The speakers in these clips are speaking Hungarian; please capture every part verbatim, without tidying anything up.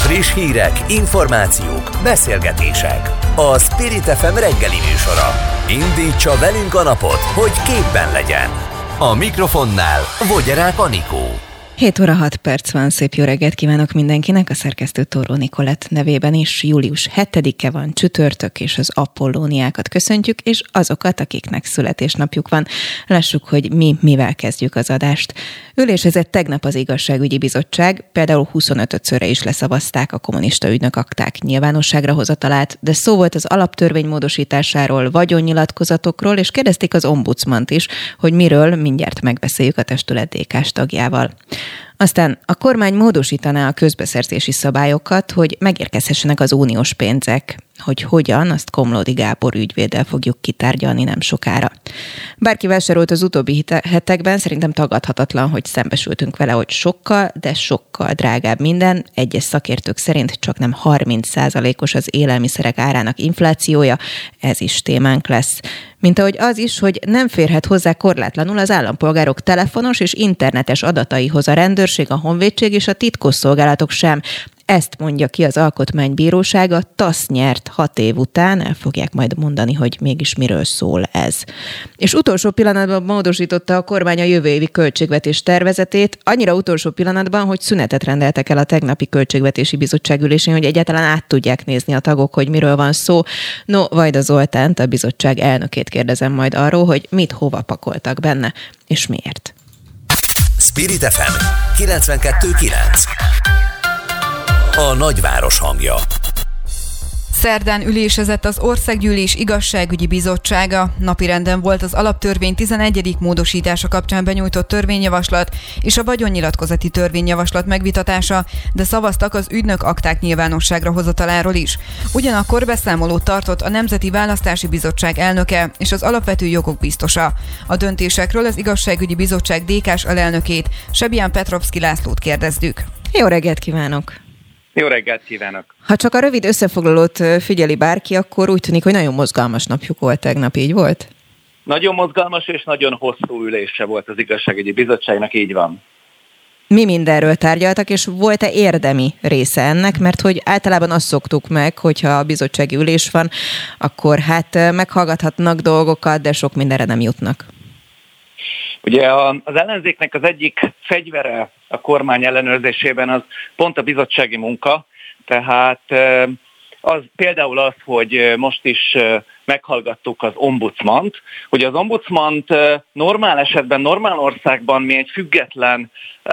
Friss hírek, információk, beszélgetések. A Spirit ef em reggeli műsora. Indítsa velünk a napot, hogy képben legyen. A mikrofonnál Vogyarák Anikó. hét óra hat perc van, szép jó reggelt kívánok mindenkinek, a szerkesztő Torró Nikolett nevében is. Július hetedike van, csütörtök, és az apollóniákat köszöntjük, és azokat, akiknek születésnapjuk van. Lássuk, hogy mi mivel kezdjük az adást. Ülésezett tegnap az Igazságügyi Bizottság, például huszonötödszörre is leszavazták a kommunista ügynökakták nyilvánosságra hozatalát, de szó volt az alaptörvény módosításáról, vagyonnyilatkozatokról, és kérdezték az ombudsmant is, hogy miről mindjárt megbeszéljük a testület dé ká-s tagjával. Aztán a kormány módosítaná a közbeszerzési szabályokat, hogy megérkezhessenek az uniós pénzek. Hogy hogyan, azt Komlódi Gábor ügyvéddel fogjuk kitárgyalni nem sokára. Bárki vásárolt az utóbbi hetekben, szerintem tagadhatatlan, hogy szembesültünk vele, hogy sokkal, de sokkal drágább minden. Egyes szakértők szerint csak nem harminc százalékos az élelmiszerek árának inflációja, ez is témánk lesz. Mint ahogy az is, hogy nem férhet hozzá korlátlanul az állampolgárok telefonos és internetes adataihoz a rendőrség, a honvédség és a titkosszolgálatok sem. Ezt mondja ki az Alkotmánybíróság, a TASZ nyert hat év után, el fogják majd mondani, hogy mégis miről szól ez. És utolsó pillanatban módosította a kormány a jövő évi költségvetés tervezetét, annyira utolsó pillanatban, hogy szünetet rendeltek el a tegnapi Költségvetési Bizottság ülésén, hogy egyáltalán át tudják nézni a tagok, hogy miről van szó. No, Vajda Zoltánt, a bizottság elnökét kérdezem majd arról, hogy mit hova pakoltak benne, és miért. Spirit ef em kilencvenkettő kilenc. A nagyváros hangja. Szerdán ülésezett az Országgyűlés Igazságügyi Bizottsága. Napirenden volt az alaptörvény tizenegyedik módosítása kapcsán benyújtott törvényjavaslat és a vagyonnyilatkozati törvényjavaslat megvitatása, de szavaztak az ügynök akták nyilvánosságra hozataláról is. Ugyanakkor beszámolót tartott a Nemzeti Választási Bizottság elnöke és az alapvető jogok biztosa. A döntésekről az Igazságügyi Bizottság dé ká-s alelnökét, Sebján Petrovszky Lászlót kérdeztük. Jó reggelt kívánok! Jó reggelt kívánok! Ha csak a rövid összefoglalót figyeli bárki, akkor úgy tűnik, hogy nagyon mozgalmas napjuk volt tegnap, így volt? Nagyon mozgalmas és nagyon hosszú ülése volt az Igazságügyi Bizottságnak, így van. Mi mindenről tárgyaltak, és volt-e érdemi része ennek? Mert hogy általában azt szoktuk meg, hogyha a bizottsági ülés van, akkor hát meghallgathatnak dolgokat, de sok mindenre nem jutnak. Ugye az ellenzéknek az egyik fegyvere a kormány ellenőrzésében az pont a bizottsági munka, tehát az például az, hogy most is meghallgattuk az ombudsmant, hogy az ombudsmant normál esetben, normál országban mi egy független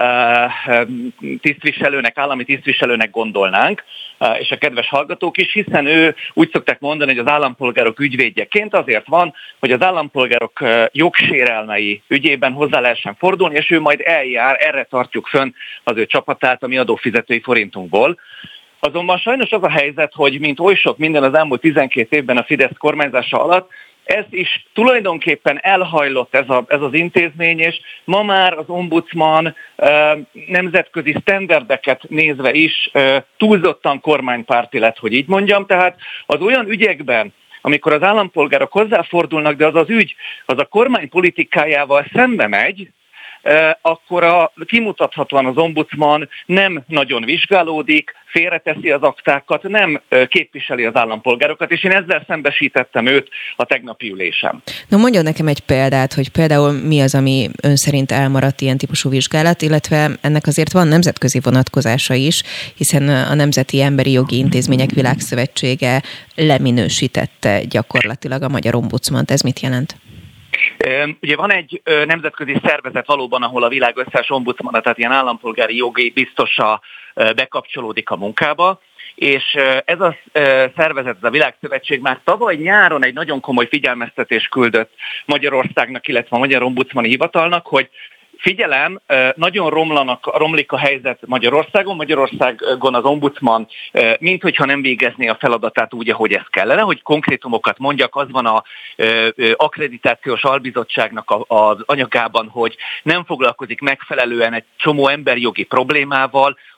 tisztviselőnek, állami tisztviselőnek gondolnánk, és a kedves hallgatók is, hiszen ő úgy szokták mondani, hogy az állampolgárok ügyvédjeként azért van, hogy az állampolgárok jogsérelmei ügyében hozzá lehessen fordulni, és ő majd eljár, erre tartjuk fönn az ő csapatát a mi adófizetői forintunkból. Azonban sajnos az a helyzet, hogy mint oly sok minden az elmúlt tizenkét évben a Fidesz kormányzása alatt, ez is tulajdonképpen elhajlott ez, a, ez az intézmény, és ma már az ombudsman e, nemzetközi sztenderdeket nézve is e, túlzottan kormánypárti lett, hogy így mondjam. Tehát az olyan ügyekben, amikor az állampolgárok hozzáfordulnak, de az az ügy, az a kormány politikájával szembe megy, akkor a, kimutathatóan az ombudsman nem nagyon vizsgálódik, félreteszi az aktákat, nem képviseli az állampolgárokat, és én ezzel szembesítettem őt a tegnapi ülésem. Na mondjon nekem egy példát, hogy például mi az, ami ön szerint elmaradt ilyen típusú vizsgálat, illetve ennek azért van nemzetközi vonatkozása is, hiszen a Nemzeti Emberi Jogi Intézmények Világszövetsége leminősítette gyakorlatilag a magyar ombudsmant. Ez mit jelent? Ugye van egy nemzetközi szervezet valóban, ahol a világ összes ombudsmana, tehát ilyen állampolgári jogi biztosa bekapcsolódik a munkába, és ez a szervezet, ez a Világszövetség már tavaly nyáron egy nagyon komoly figyelmeztetést küldött Magyarországnak, illetve a Magyar Ombudsmani Hivatalnak, hogy figyelem, nagyon romlanak, romlik a helyzet Magyarországon. Magyarországon az ombudsman minthogyha nem végezné a feladatát úgy, ahogy ez kellene, hogy konkrétumokat mondjak, az van a akkreditációs albizottságnak az anyagában, hogy nem foglalkozik megfelelően egy csomó emberjogi problémával,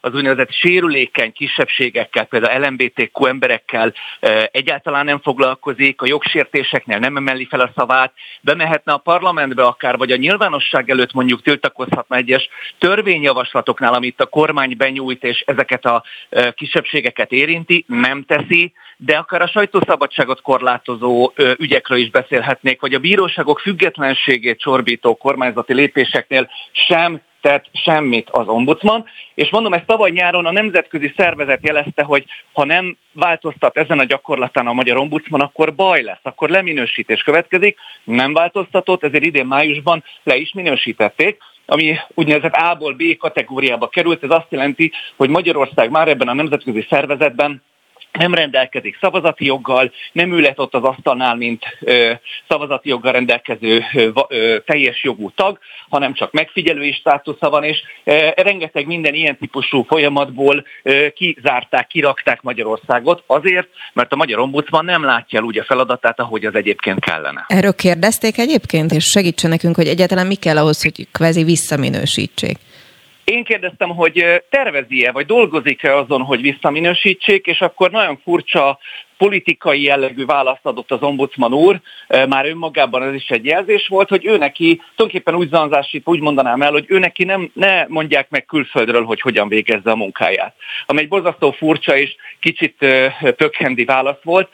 az úgynevezett sérülékeny kisebbségekkel, például el em bé té kú emberekkel egyáltalán nem foglalkozik, a jogsértéseknél nem emeli fel a szavát, bemehetne a parlamentbe akár, vagy a nyilvánosság előtt mondjuk tiltakozhatna egyes törvényjavaslatoknál, amit a kormány benyújt, és ezeket a kisebbségeket érinti, nem teszi, de akár a sajtószabadságot korlátozó ügyekről is beszélhetnék, vagy a bíróságok függetlenségét csorbító kormányzati lépéseknél sem tett semmit az ombudsman, és mondom, ezt tavaly nyáron a nemzetközi szervezet jelezte, hogy ha nem változtat ezen a gyakorlatán a magyar ombudsman, akkor baj lesz, akkor leminősítés következik, nem változtatott, ezért idén májusban le is minősítették, ami úgynevezett A-ból B kategóriába került, ez azt jelenti, hogy Magyarország már ebben a nemzetközi szervezetben nem rendelkezik szavazati joggal, nem ülhet ott az asztalnál, mint ö, szavazati joggal rendelkező ö, ö, teljes jogú tag, hanem csak megfigyelői státusza van, és ö, rengeteg minden ilyen típusú folyamatból ö, kizárták, kirakták Magyarországot azért, mert a magyar ombudsman nem látja el úgy a feladatát, ahogy az egyébként kellene. Erről kérdezték egyébként, és segítsen nekünk, hogy egyáltalán mi kell ahhoz, hogy kvázi visszaminősítsék? Én kérdeztem, hogy tervezi-e, vagy dolgozik-e azon, hogy visszaminősítsék, és akkor nagyon furcsa politikai jellegű választ adott az ombudsman úr, már önmagában ez is egy jelzés volt, hogy ő neki, tulajdonképpen úgy zanzásítva, úgy mondanám el, hogy ő neki nem, ne mondják meg külföldről, hogy hogyan végezze a munkáját. Ami egy borzasztó furcsa és kicsit pökhendi válasz volt,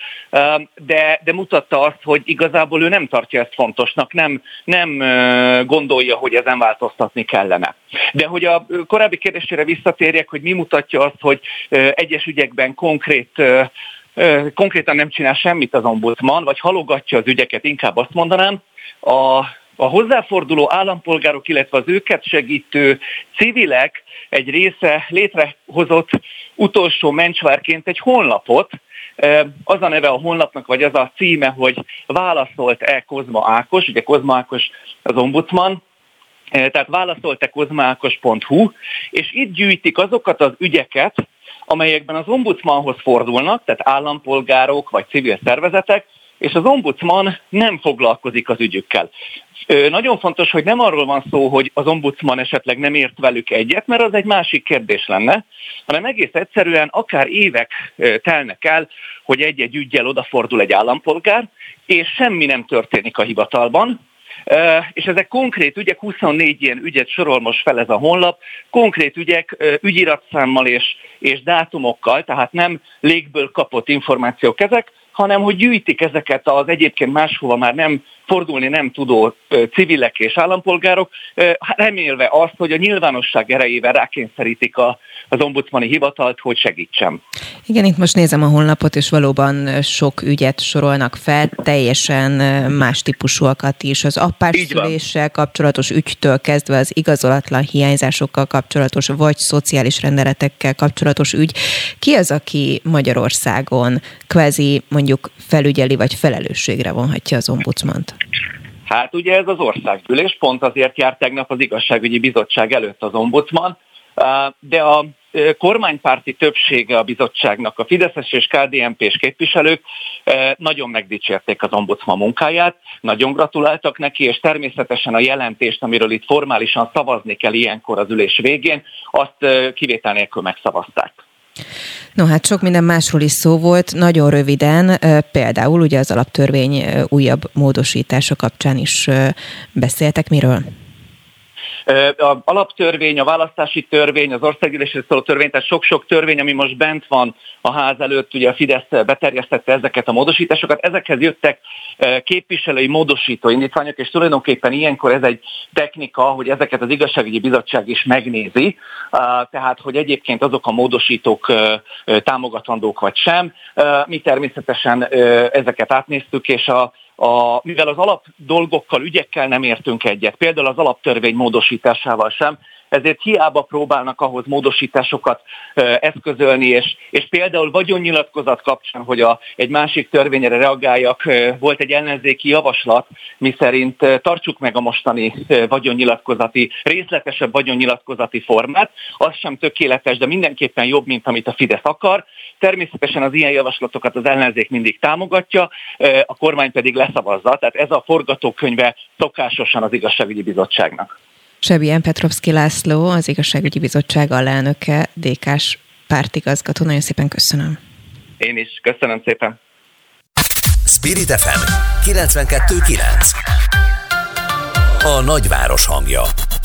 de, de mutatta azt, hogy igazából ő nem tartja ezt fontosnak, nem, nem gondolja, hogy ezen változtatni kellene. De hogy a korábbi kérdésére visszatérjek, hogy mi mutatja azt, hogy egyes ügyekben konkrét konkrétan nem csinál semmit az ombudsman, vagy halogatja az ügyeket, inkább azt mondanám, a, a hozzáforduló állampolgárok, illetve az őket segítő civilek egy része létrehozott utolsó mencsvárként egy honlapot, az a neve a honlapnak, vagy az a címe, hogy válaszolt-e Kozma Ákos, ugye Kozma Ákos az ombudsman, tehát válaszolt-e kozmaákos pont hu, és itt gyűjtik azokat az ügyeket, amelyekben az ombudsmanhoz fordulnak, tehát állampolgárok vagy civil szervezetek, és az ombudsman nem foglalkozik az ügyükkel. Nagyon fontos, hogy nem arról van szó, hogy az ombudsman esetleg nem ért velük egyet, mert az egy másik kérdés lenne, hanem egész egyszerűen akár évek telnek el, hogy egy-egy üggyel odafordul egy állampolgár, és semmi nem történik a hivatalban, Uh, és ezek konkrét ügyek, huszonnégy ilyen ügyet sorol most fel ez a honlap, konkrét ügyek uh, ügyiratszámmal és, és dátumokkal, tehát nem légből kapott információk ezek, hanem hogy gyűjtik ezeket az egyébként máshova már nem fordulni nem tudó uh, civilek és állampolgárok, uh, remélve azt, hogy a nyilvánosság erejével rákényszerítik a, az ombudsmani hivatalt, hogy segítsen. Igen, itt most nézem a honlapot, és valóban sok ügyet sorolnak fel, teljesen más típusúakat is. Az appárszüléssel kapcsolatos ügytől kezdve az igazolatlan hiányzásokkal kapcsolatos, vagy szociális rendeletekkel kapcsolatos ügy. Ki az, aki Magyarországon kvázi mondjuk felügyeli, vagy felelősségre vonhatja az ombudsmant? Hát ugye ez az országgyűlés, pont azért járt tegnap az igazságügyi bizottság előtt az ombudsman, de a kormánypárti többsége a bizottságnak, a fideszes és ká dé en pés képviselők nagyon megdicsérték az ombudsman munkáját, nagyon gratuláltak neki, és természetesen a jelentést, amiről itt formálisan szavazni kell ilyenkor az ülés végén, azt kivétel nélkül megszavazták. No hát sok minden másról is szó volt, nagyon röviden, például ugye az alaptörvény újabb módosítása kapcsán is beszéltek, miről? Az alaptörvény, a választási törvény, az országgyűlésről szóló törvény, tehát sok-sok törvény, ami most bent van a ház előtt, ugye a Fidesz beterjesztette ezeket a módosításokat, ezekhez jöttek képviselői módosító indítványok, és tulajdonképpen ilyenkor ez egy technika, hogy ezeket az igazságügyi bizottság is megnézi, tehát hogy egyébként azok a módosítók támogatandók vagy sem. Mi természetesen ezeket átnéztük, és a A, mivel az alap dolgokkal, ügyekkel nem értünk egyet, például az alaptörvény módosításával sem, ezért hiába próbálnak ahhoz módosításokat ö, eszközölni, és, és például vagyonnyilatkozat kapcsán, hogy a, egy másik törvényre reagáljak, ö, volt egy ellenzéki javaslat, miszerint ö, tartsuk meg a mostani ö, vagyonnyilatkozati, részletesebb vagyonnyilatkozati formát, az sem tökéletes, de mindenképpen jobb, mint amit a Fidesz akar. Természetesen az ilyen javaslatokat az ellenzék mindig támogatja, ö, a kormány pedig leszavazza, tehát ez a forgatókönyve szokásosan az igazságügyi bizottságnak. Sebien Petrovszky László, az Igazságügyi Bizottság alelnöke, dé ká-s pártigazgató. Nagyon szépen köszönöm. Én is. Köszönöm szépen. Spirit ef em kilencvenkettő kilenc. A nagyváros hangja.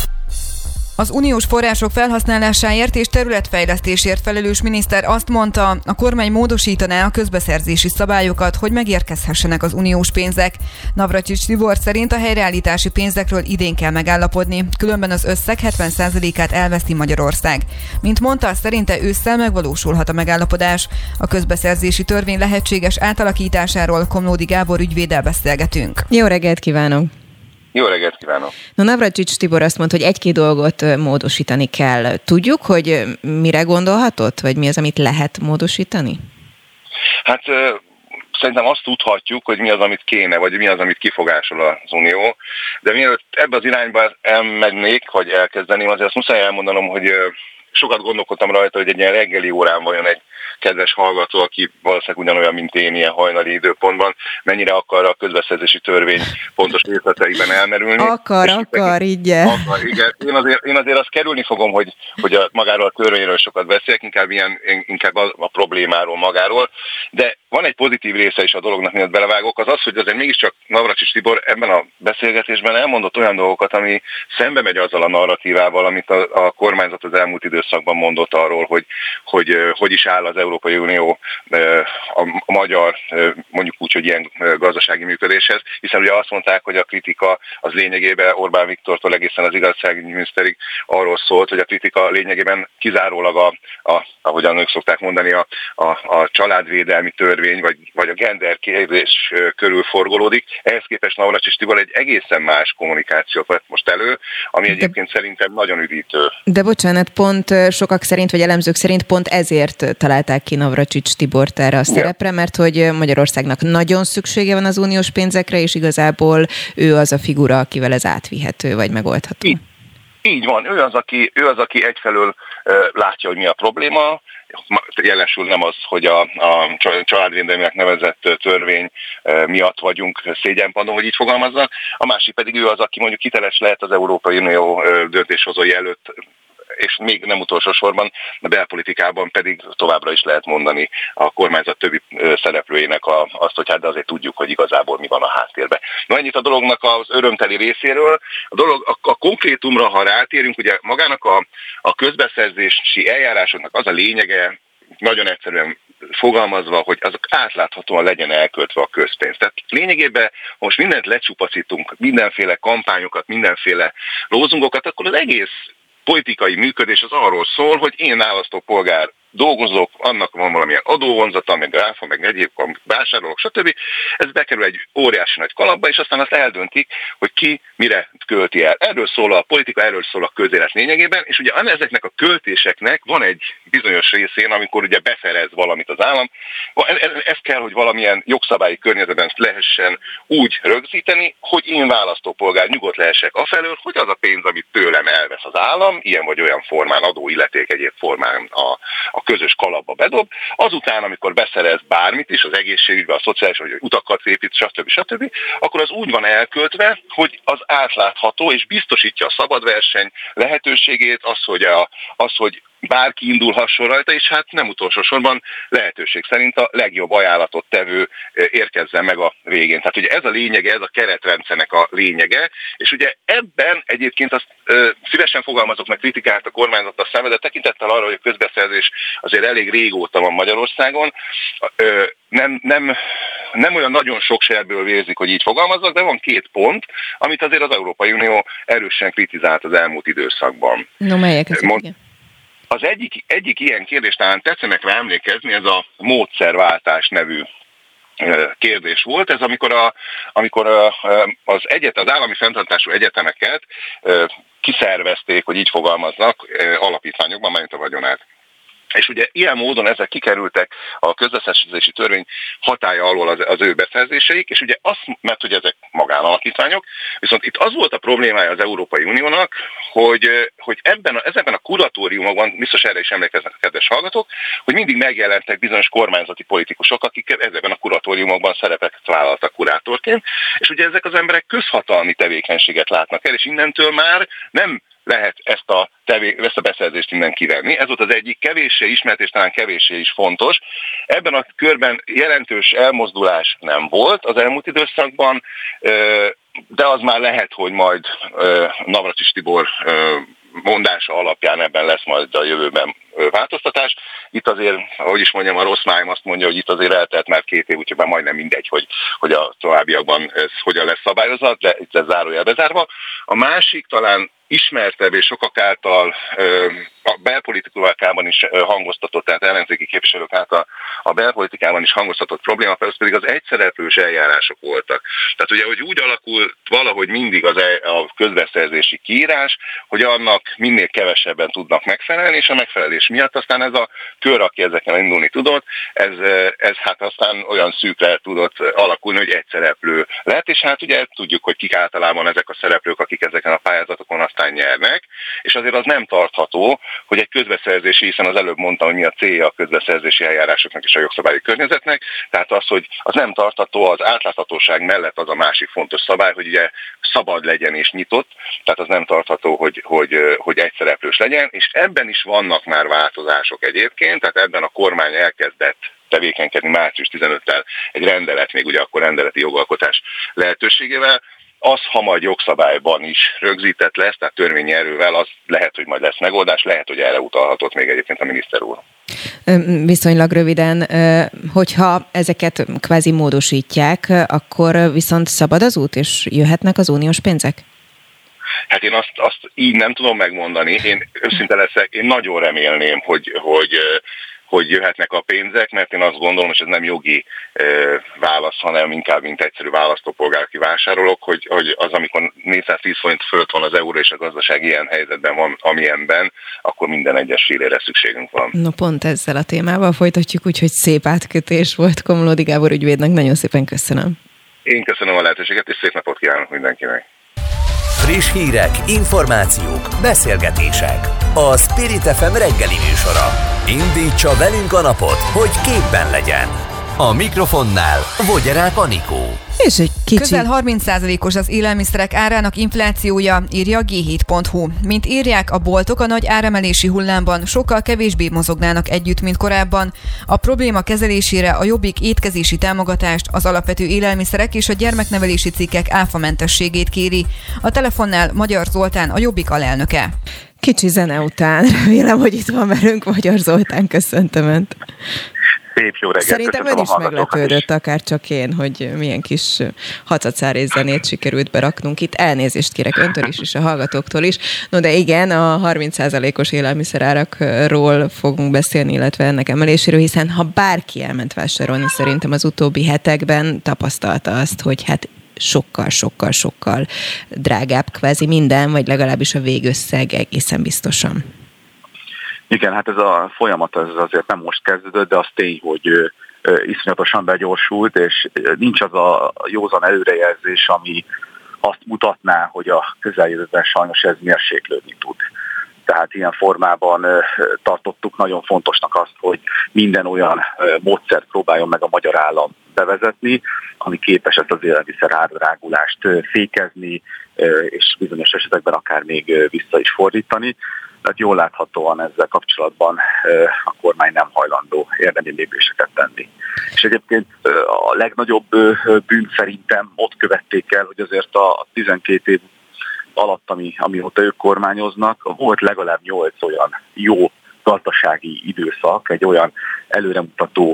Az uniós források felhasználásáért és területfejlesztésért felelős miniszter azt mondta, a kormány módosítaná a közbeszerzési szabályokat, hogy megérkezhessenek az uniós pénzek. Navracsics Tibor szerint a helyreállítási pénzekről idén kell megállapodni, különben az összeg hetven százalékát elveszti Magyarország. Mint mondta, szerinte ősszel megvalósulhat a megállapodás. A közbeszerzési törvény lehetséges átalakításáról Komlódi Gábor ügyvéddel beszélgetünk. Jó reggelt kívánok! Jó reggelt kívánok! Na, Navracsics Tibor azt mondta, hogy egy-két dolgot módosítani kell. Tudjuk, hogy mire gondolhatott, vagy mi az, amit lehet módosítani? Hát szerintem azt tudhatjuk, hogy mi az, amit kéne, vagy mi az, amit kifogásol az Unió. De mielőtt ebbe az irányba elmennék, vagy elkezdeném, azért azt muszáj elmondanom, hogy sokat gondolkodtam rajta, hogy egy ilyen reggeli órán vajon egy kedves hallgató, aki valószínűleg ugyanolyan, mint én ilyen hajnali időpontban, mennyire akar a közbeszerzési törvény pontos részleteiben elmerülni. Akar, akar, így. Akar, igen. Én azért, én azért azt kerülni fogom, hogy, hogy a, magáról a törvényről sokat beszélek, inkább, ilyen, inkább a, a problémáról magáról, de van egy pozitív része is a dolognak, miatt belevágok, az az, hogy azért mégiscsak Navracsics Tibor ebben a beszélgetésben elmondott olyan dolgokat, ami szembe megy azzal a narratívával, amit a, a kormányzat az elmúlt időszakban mondott arról, hogy hogy, hogy is áll az Európai Unió a, a magyar, mondjuk úgy, hogy ilyen gazdasági működéshez, hiszen ugye azt mondták, hogy a kritika az lényegében Orbán Viktortól egészen az igazságügyi miniszterig arról szólt, hogy a kritika lényegében kizárólag a, a ahogyan ők szokták mondani, a, a, a családvédelmi törvény, vagy, vagy a gender kérdés körül forgolódik. Ehhez képest Navracsics Tibor egy egészen más kommunikációt vett most elő, ami de, egyébként szerintem nagyon üdítő. De bocsánat, pont sokak szerint, vagy elemzők szerint pont ezért találták ki Navracsics Tibort erre a szerepre, mert hogy Magyarországnak nagyon szüksége van az uniós pénzekre, és igazából ő az a figura, akivel ez átvihető, vagy megoldható. Így, így van, ő az, aki, ő az, aki egyfelől uh, látja, hogy mi a probléma, jelesül nem az, hogy a, a családvédelminek nevezett törvény miatt vagyunk szégyenpadon, hogy így fogalmazzak, a másik pedig ő az, aki mondjuk hiteles lehet az Európai Unió döntéshozói előtt, és még nem utolsó sorban a belpolitikában pedig továbbra is lehet mondani a kormányzat többi szereplőjének a, azt, hogy hát de azért tudjuk, hogy igazából mi van a háttérben. Na, ennyit a dolognak az örömteli részéről. A dolog, a, a konkrétumra, ha rátérünk, ugye magának a, a közbeszerzési eljárásoknak az a lényege, nagyon egyszerűen fogalmazva, hogy azok átláthatóan legyen elköltve a közpénz. Tehát lényegében most mindent lecsupaszítunk, mindenféle kampányokat, mindenféle lózungokat, akkor az egész politikai működés az arról szól, hogy én választópolgár dolgozok, annak van valamilyen adóvonzata, meg áfa, meg egyéb vásárolok, stb. Ez bekerül egy óriási nagy kalapba, és aztán azt eldöntik, hogy ki mire költi el. Erről szól a politika, erről szól a közélet lényegében, és ugye ezeknek a költéseknek van egy bizonyos részén, amikor ugye beferez valamit az állam, ez kell, hogy valamilyen jogszabályi környezetben lehessen úgy rögzíteni, hogy én választópolgár nyugodt lehessek afelől, hogy az a pénz, amit tőlem elvesz az állam, ilyen vagy olyan formán, adóilleték egyéb formán a, a közös kalapba bedob, azután, amikor beszerez bármit is, az egészségügybe, a szociális, vagy utakat épít, stb. stb., akkor az úgy van elköltve, hogy az átlátható, és biztosítja a szabad verseny lehetőségét, az, hogy, a, az, hogy bárki indulhasson rajta, és hát nem utolsó sorban lehetőség szerint a legjobb ajánlatot tevő érkezzen meg a végén. Tehát ugye ez a lényege, ez a keretrendszernek a lényege, és ugye ebben egyébként azt ö, szívesen fogalmazok meg kritikát a kormányzattal szemben, de tekintettel arra, hogy a közbeszerzés azért elég régóta van Magyarországon, ö, nem, nem, nem olyan nagyon sok serből vérzik, hogy így fogalmazzak, de van két pont, amit azért az Európai Unió erősen kritizált az elmúlt időszakban. No, melyek ezek? Igen. Az egyik, egyik ilyen kérdés, talán tetszenek rá emlékezni, ez a módszerváltás nevű kérdés volt. Ez amikor, a, amikor a, az, egyet, az állami fenntartású egyetemeket kiszervezték, hogy így fogalmaznak, alapítványokban, melyet a vagyonát. És ugye ilyen módon ezek kikerültek a közbeszerzési törvény hatálya alól az, az ő beszerzéseik, és ugye azt, mert hogy ezek magánalapítványok, viszont itt az volt a problémája az Európai Uniónak, hogy, hogy ebben a, ezekben a kuratóriumokban, biztos erre is emlékeznek a kedves hallgatók, hogy mindig megjelentek bizonyos kormányzati politikusok, akik ezekben a kuratóriumokban szerepet vállaltak kurátorként, és ugye ezek az emberek közhatalmi tevékenységet látnak el, és innentől már nem lehet ezt a, tevé, ezt a beszerzést innen kivenni. Ez volt az egyik, kevéssé ismert és talán kevéssé is fontos. Ebben a körben jelentős elmozdulás nem volt az elmúlt időszakban, de az már lehet, hogy majd Navracsics Tibor mondása alapján ebben lesz majd a jövőben változtatás. Itt azért, ahogy is mondjam, a rossz májam azt mondja, hogy itt azért eltelt már két év, úgyhogy már majdnem mindegy, hogy, hogy a továbbiakban ez hogyan lesz szabályozat, de itt ez zárójel bezárva. A másik talán ismertebb és sokak által a belpolitikában is hangoztatott, tehát ellenzéki képviselők által a belpolitikában is hangoztatott probléma, ez pedig az egyszereplős eljárások voltak. Tehát ugye, hogy úgy alakult valahogy mindig az a közbeszerzési kiírás, hogy annak minél kevesebben tudnak megfelelni, és a megfelelés miatt aztán ez a kör, aki ezeken indulni tudott, ez, ez hát aztán olyan szűkre tudott alakulni, hogy egy szereplő lett, és hát ugye tudjuk, hogy kik általában ezek a szereplők, akik ezeken a pályázatokon aztán nyernek, és azért az nem tartható, hogy egy közbeszerzési, hiszen az előbb mondtam, hogy mi a célja a közbeszerzési eljárásoknak és a jogszabályi környezetnek, tehát az, hogy az nem tartható, az átláthatóság mellett az a másik fontos szabály, hogy ugye szabad legyen és nyitott, tehát az nem tartható, hogy, hogy, hogy egyszereplős legyen, és ebben is vannak már változások egyébként, tehát ebben a kormány elkezdett tevékenykedni március tizenötödikével egy rendelet, még ugye akkor rendeleti jogalkotás lehetőségével, az, ha majd jogszabályban is rögzített lesz, tehát törvényi erővel, az lehet, hogy majd lesz megoldás, lehet, hogy erre utalhatott még egyébként a miniszter úr. Viszonylag röviden, hogyha ezeket kvázi módosítják, akkor viszont szabad az út, és jöhetnek az uniós pénzek? Hát én azt, azt így nem tudom megmondani. Én őszinte leszek, én nagyon remélném, hogy, hogy hogy jöhetnek a pénzek, mert én azt gondolom, és ez nem jogi e, válasz, hanem inkább mint egyszerű választópolgár, aki vásárolok, hogy, hogy az, amikor négyszáztíz forint fölött van az euró, és a gazdaság ilyen helyzetben van, amilyenben, akkor minden egyes fillére szükségünk van. No pont ezzel a témával folytatjuk, úgyhogy szép átkötés volt. Komlódi Gábor ügyvédnek, nagyon szépen köszönöm. Én köszönöm a lehetőséget, és szép napot kívánok mindenkinek. Friss hírek, információk, beszélgetések. A Spirit ef em reggeli műsora. Indítsa velünk a napot, hogy képben legyen. A mikrofonnál Vogyarák Anikó. És egy kicsi... Közel harminc százalékos az élelmiszerek árának inflációja, írja a gé hét pont hú. Mint írják, a boltok a nagy áremelési hullámban sokkal kevésbé mozognának együtt, mint korábban. A probléma kezelésére a Jobbik étkezési támogatást, az alapvető élelmiszerek és a gyermeknevelési cikkek áfamentességét kéri. A telefonnál Magyar Zoltán, a Jobbik alelnöke. Kicsi zene után, remélem, hogy itt van velünk Magyar Zoltán, köszöntöm Önt. Szép jó reggelt. Szerintem ön is meglepődött, akár csak én, hogy milyen kis hacacárész zenét sikerült beraknunk itt. Elnézést kérek öntől is, és a hallgatóktól is. No de igen, a harminc százalékos élelmiszerárakról fogunk beszélni, illetve ennek emeléséről, hiszen ha bárki elment vásárolni, szerintem az utóbbi hetekben tapasztalta azt, hogy hát sokkal-sokkal-sokkal drágább kvázi minden, vagy legalábbis a végösszeg egészen biztosan. Igen, hát ez a folyamat ez azért nem most kezdődött, de az tény, hogy iszonyatosan begyorsult, és nincs az a józan előrejelzés, ami azt mutatná, hogy a közeljövőben sajnos ez mérséklődni tud. Tehát ilyen formában tartottuk nagyon fontosnak azt, hogy minden olyan módszert próbáljon meg a magyar állam bevezetni, ami képes ezt az élelmiszer árdrágulást fékezni, és bizonyos esetekben akár még vissza is fordítani. Tehát jól láthatóan ezzel kapcsolatban a kormány nem hajlandó érdemi lépéseket tenni. És egyébként a legnagyobb bűn szerintem ott követték el, hogy azért a tizenkét év alatt, ami, amióta ők kormányoznak, volt legalább nyolc olyan jó gazdasági időszak, egy olyan előremutató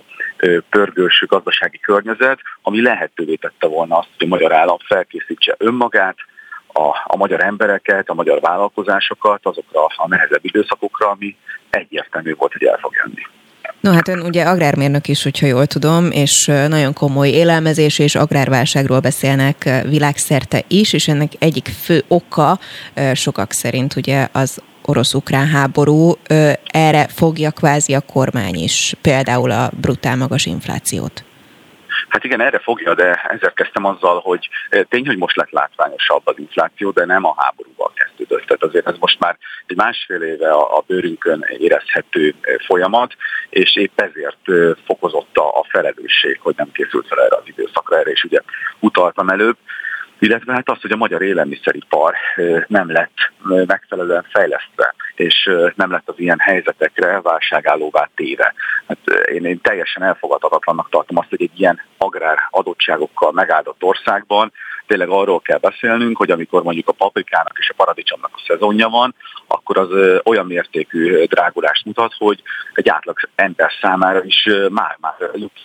pörgős gazdasági környezet, ami lehetővé tette volna azt, hogy a magyar állam felkészítse önmagát, A, a magyar embereket, a magyar vállalkozásokat azokra a nehezebb időszakokra, ami egyértelmű volt, hogy el fog jönni. No hát ön ugye agrármérnök is, hogyha jól tudom, és nagyon komoly élelmezés és agrárválságról beszélnek világszerte is, és ennek egyik fő oka sokak szerint ugye az orosz-ukrán háború, erre fogja kvázi a kormány is, például a brutál magas inflációt. Hát igen, erre fogja, de ezzel kezdtem azzal, hogy tény, hogy most lett látványosabb az infláció, de nem a háborúval kezdődött. Tehát azért ez most már egy másfél éve a bőrünkön érezhető folyamat, és épp ezért fokozott a felelősség, hogy nem készült fel erre az időszakra, erre is ugye utaltam előbb. illetve hát az, hogy a magyar élelmiszeripar nem lett megfelelően fejlesztve, és nem lett az ilyen helyzetekre válságállóvá téve. Hát én, én teljesen elfogadhatatlannak tartom azt, hogy egy ilyen agrár adottságokkal megáldott országban tényleg arról kell beszélnünk, hogy amikor mondjuk a paprikának és a paradicsomnak a szezonja van, akkor az olyan mértékű drágulást mutat, hogy egy átlag ember számára is már-már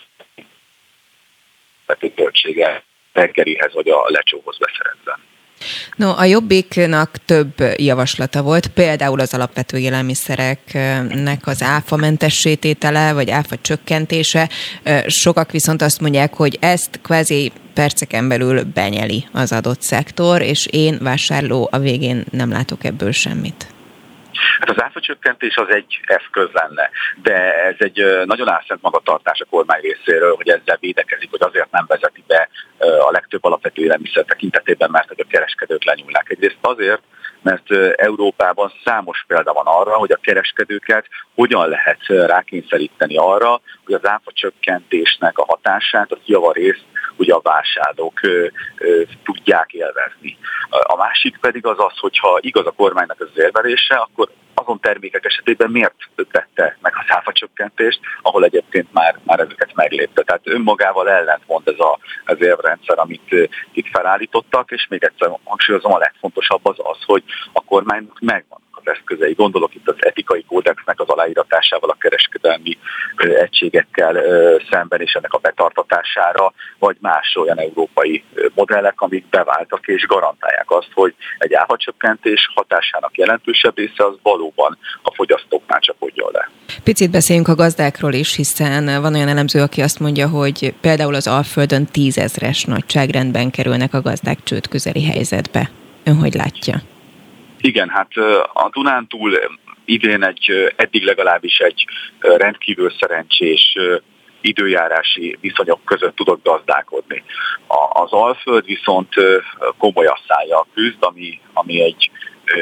költsége reggelihez vagy a lecsóhoz beszerezzen. No, a Jobbiknak több javaslata volt, például az alapvető élelmiszereknek az áfamentessé tétele, vagy áfa csökkentése. Sokak viszont azt mondják, hogy ezt kvázi perceken belül benyeli az adott szektor, és én vásárló a végén nem látok ebből semmit. Hát az áfacsökkentés az egy eszköz lenne, de ez egy nagyon álszent magatartás a kormány részéről, hogy ezzel védekezik, hogy azért nem vezeti be a legtöbb alapvető élelmiszer tekintetében, mert hogy a kereskedők lenyúlnák. Egyrészt azért, mert Európában számos példa van arra, hogy a kereskedőket hogyan lehet rákényszeríteni arra, hogy az áfacsökkentésnek a hatását, a javarészt ugye a vásárlók ö, ö, tudják élvezni. A másik pedig az az, hogyha igaz a kormánynak az érvelése, akkor azon termékek esetében miért tette meg az áfacsökkentést, ahol egyébként már, már ezeket meglépte. Tehát önmagával ellentmond ez a, az érvrendszer, amit uh, itt felállítottak, és még egyszer hangsúlyozom, a legfontosabb az az, hogy a kormánynak megvan az eszközei. Gondolok itt az etikai kódexnek az aláíratásával a kereskedelmi uh, egységekkel uh, szemben és ennek a betartatására, vagy más olyan európai uh, modellek, amik beváltak és garantálják azt, hogy egy áfacsökkentés hatásának jelentősebb része az valóban a fogyasztóknál csapódjon le. Picit beszéljünk a gazdákról is, hiszen van olyan elemző, aki azt mondja, hogy például az Alföldön tízezres nagyságrendben kerülnek a gazdák csőd közeli helyzetbe. Ön hogy látja? Igen, hát a Dunántúl idén egy, eddig legalábbis egy rendkívül szerencsés időjárási viszonyok között tudott gazdálkodni. Az Alföld viszont komoly asszályjal küzd, ami, ami egy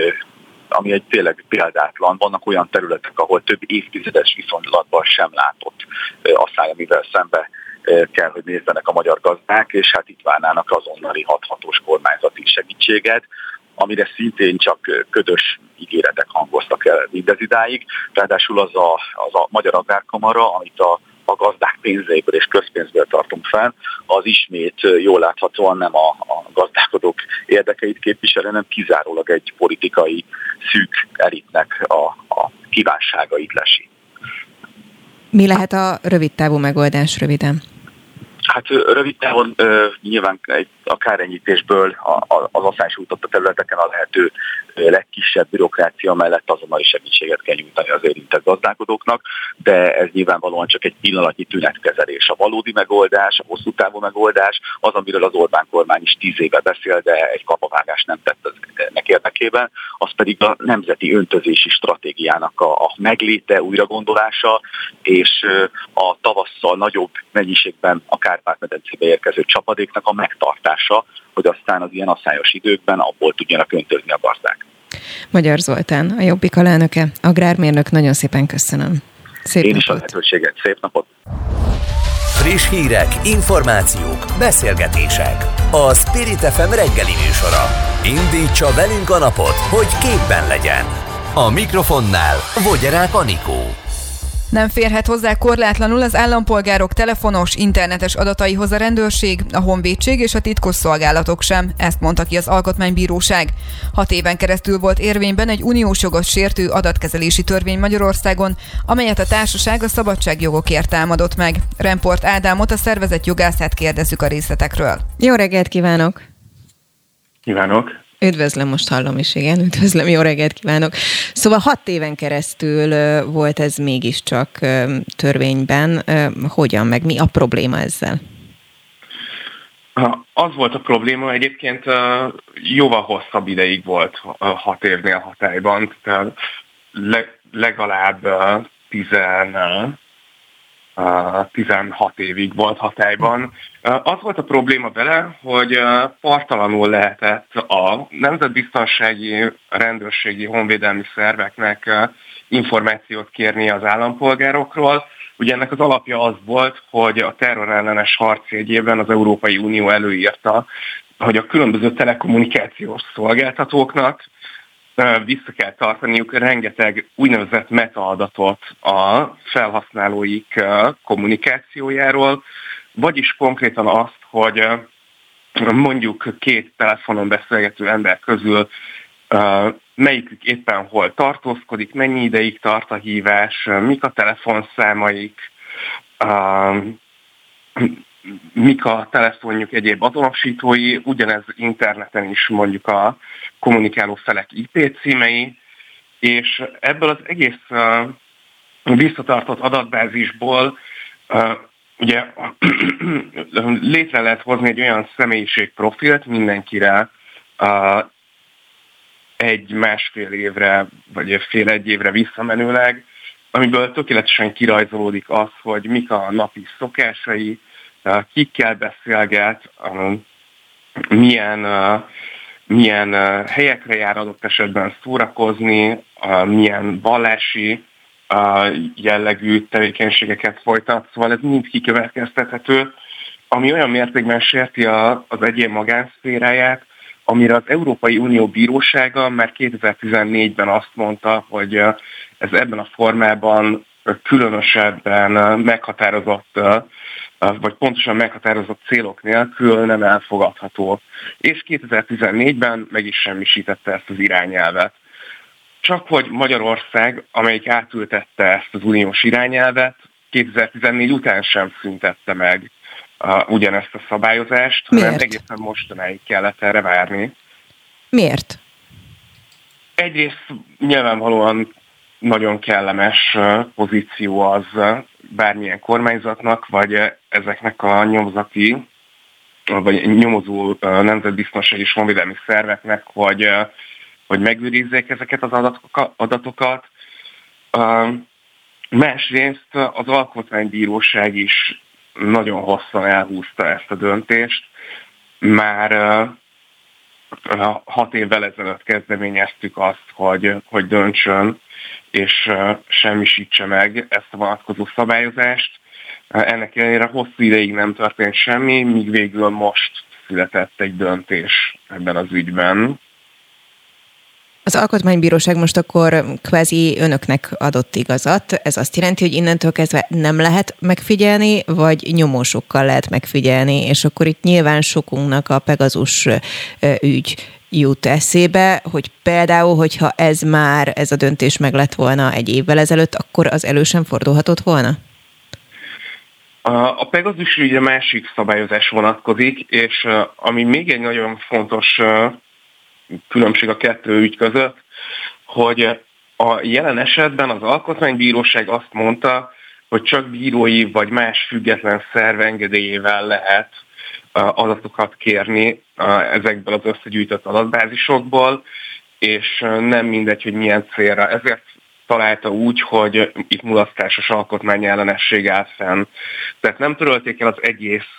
ami egy tényleg példátlan. Vannak olyan területek, ahol több évtizedes viszonylatban sem látott asszály, amivel szembe kell, hogy nézzenek a magyar gazdák, és hát itt várnának azonnali hathatós kormányzati segítséget, amire szintén csak ködös ígéretek hangoztak el mindez idáig. Ráadásul az a, az a Magyar Agrárkamara, amit a a gazdák pénzeiből és közpénzből tartunk fel, az ismét jól láthatóan nem a, a gazdálkodók érdekeit képvisel, hanem kizárólag egy politikai szűk elitnek a, a kívánságait lesi. Mi lehet a rövidtávú megoldás röviden? Hát rövid távon uh, nyilván egy, a kárenyítésből a, a, az asszály sújtotta területeken a lehető legkisebb bürokrácia mellett azonnali segítséget kell nyújtani az érintett gazdálkodóknak, de ez nyilvánvalóan csak egy pillanatnyi tünetkezelés. A valódi megoldás, a hosszú távú megoldás az, amiről az Orbán kormány is tíz éve beszél, de egy kapavágást nem tett ennek érdekében, az pedig a nemzeti öntözési stratégiának a, a megléte, újragondolása, és a tavasszal nagyobb mennyiségben a Kárpát-medencébe érkező csapadéknak a megtartása, hogy aztán az ilyen asszályos időkben abból tudjanak öntözni a gazdák. Magyar Zoltán, a Jobbik alelnöke, agrármérnök, nagyon szépen köszönöm. Szép Én napot. is a lehetőséget. Szép napot! Friss hírek, információk, beszélgetések. A Spirit ef em reggeli műsora. Indítsa velünk a napot, hogy képben legyen. A mikrofonnál Vogyarák Anikó. Nem férhet hozzá korlátlanul az állampolgárok telefonos, internetes adataihoz a rendőrség, a honvédség és a titkosszolgálatok sem, ezt mondta ki az Alkotmánybíróság. Hat éven keresztül volt érvényben egy uniós jogot sértő adatkezelési törvény Magyarországon, amelyet a társaság a szabadságjogokért támadott meg. Remport Ádámot, a szervezet jogászát kérdezzük a részletekről. Jó reggelt kívánok! Kívánok! Üdvözlöm, most hallom is, igen, üdvözlöm, jó reggelt kívánok. Szóval hat éven keresztül volt ez mégiscsak törvényben. Hogyan, meg mi a probléma ezzel? Az volt a probléma, egyébként jóval hosszabb ideig volt hat évnél hatályban, tehát legalább tizen tizenhat évig volt hatályban. Az volt a probléma vele, hogy partalanul lehetett a nemzetbiztonsági, rendőrségi, honvédelmi szerveknek információt kérni az állampolgárokról. Ugye ennek az alapja az volt, hogy a terrorellenes harc jegyében az Európai Unió előírta, hogy a különböző telekommunikációs szolgáltatóknak vissza kell tartaniuk rengeteg úgynevezett metaadatot a felhasználóik kommunikációjáról, vagyis konkrétan azt, hogy mondjuk két telefonon beszélgető ember közül melyikük éppen hol tartózkodik, mennyi ideig tart a hívás, mik a telefonszámaik, mik a telefonjuk egyéb azonosítói, ugyanez interneten is mondjuk a kommunikáló felek I P címei, és ebből az egész visszatartott adatbázisból ugye létre lehet hozni egy olyan személyiségprofilt mindenkire egy másfél évre, vagy fél egy évre visszamenőleg, amiből tökéletesen kirajzolódik az, hogy mik a napi szokásai, kikkel beszélget, milyen, milyen helyekre jár adott esetben szórakozni, milyen vallási jellegű tevékenységeket folytat, szóval ez mind kikövetkeztethető, ami olyan mértékben sérti az egyén magánszféráját, amire az Európai Unió Bírósága már kétezer-tizennégyben azt mondta, hogy ez ebben a formában különösebben meghatározott, vagy pontosan meghatározott célok nélkül nem elfogadható. És kétezer-tizennégyben meg is semmisítette ezt az irányelvet. Csak hogy Magyarország, amelyik átültette ezt az uniós irányelvet, kétezer-tizennégy után sem szüntette meg uh, ugyanezt a szabályozást, Miért? hanem egészen mostanáig kellett erre várni. Miért? Egyrészt nyilvánvalóan nagyon kellemes pozíció az bármilyen kormányzatnak, vagy ezeknek a nyomozati, vagy nyomozó nemzetbiztonsági és honvédelmi szerveknek, hogy, hogy megőrizzék ezeket az adatokat. Másrészt az Alkotmánybíróság is nagyon hosszan elhúzta ezt a döntést. Már hat évvel ezelőtt kezdeményeztük azt, hogy, hogy döntsön, és semmisítse meg ezt a vonatkozó szabályozást. Ennek ellenére hosszú ideig nem történt semmi, míg végül most született egy döntés ebben az ügyben. Az Alkotmánybíróság most akkor kvázi önöknek adott igazat. Ez azt jelenti, hogy innentől kezdve nem lehet megfigyelni, vagy nyomósokkal lehet megfigyelni, és akkor itt nyilván sokunknak a Pegazus ügy jut eszébe, hogy például, hogyha ez már, ez a döntés meg lett volna egy évvel ezelőtt, akkor az elő sem fordulhatott volna? A Pegazus ügyre másik szabályozás vonatkozik, és ami még egy nagyon fontos különbség a kettő ügy között, hogy a jelen esetben az Alkotmánybíróság azt mondta, hogy csak bírói vagy más független szerv engedélyével lehet adatokat kérni ezekből az összegyűjtött adatbázisokból, és nem mindegy, hogy milyen célra. Ezért találta úgy, hogy itt mulasztásos alkotmányellenesség áll fenn. Tehát nem törölték el az egész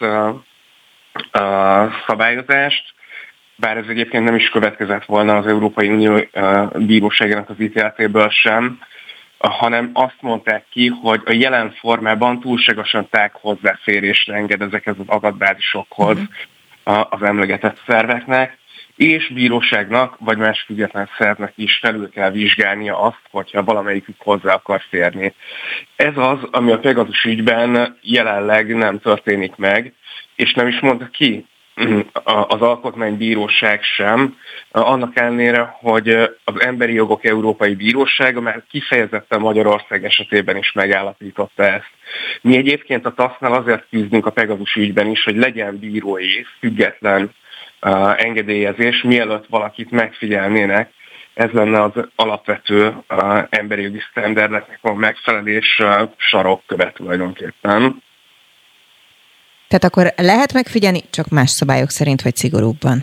szabályozást, bár ez egyébként nem is következett volna az Európai Unió bíróságának az ítéletéből sem, hanem azt mondták ki, hogy a jelen formában túlságosan tág hozzáférésre enged ezekhez az adatbázisokhoz az emlegetett szerveknek, és bíróságnak, vagy más független szervnek is felül kell vizsgálnia azt, hogyha valamelyikük hozzá akar férni. Ez az, ami a Pegasus ügyben jelenleg nem történik meg, és nem is mondta ki az Alkotmánybíróság sem, annak ellenére, hogy az Emberi Jogok Európai Bírósága már kifejezetten Magyarország esetében is megállapította ezt. Mi egyébként a TASZ-nál azért küzdünk a Pegasus ügyben is, hogy legyen bírói, független uh, engedélyezés, mielőtt valakit megfigyelnének. Ez lenne az alapvető uh, emberi jogi sztenderdeknek a megfelelés uh, sarokköve tulajdonképpen. Tehát akkor lehet megfigyelni, csak más szabályok szerint, vagy szigorúbban?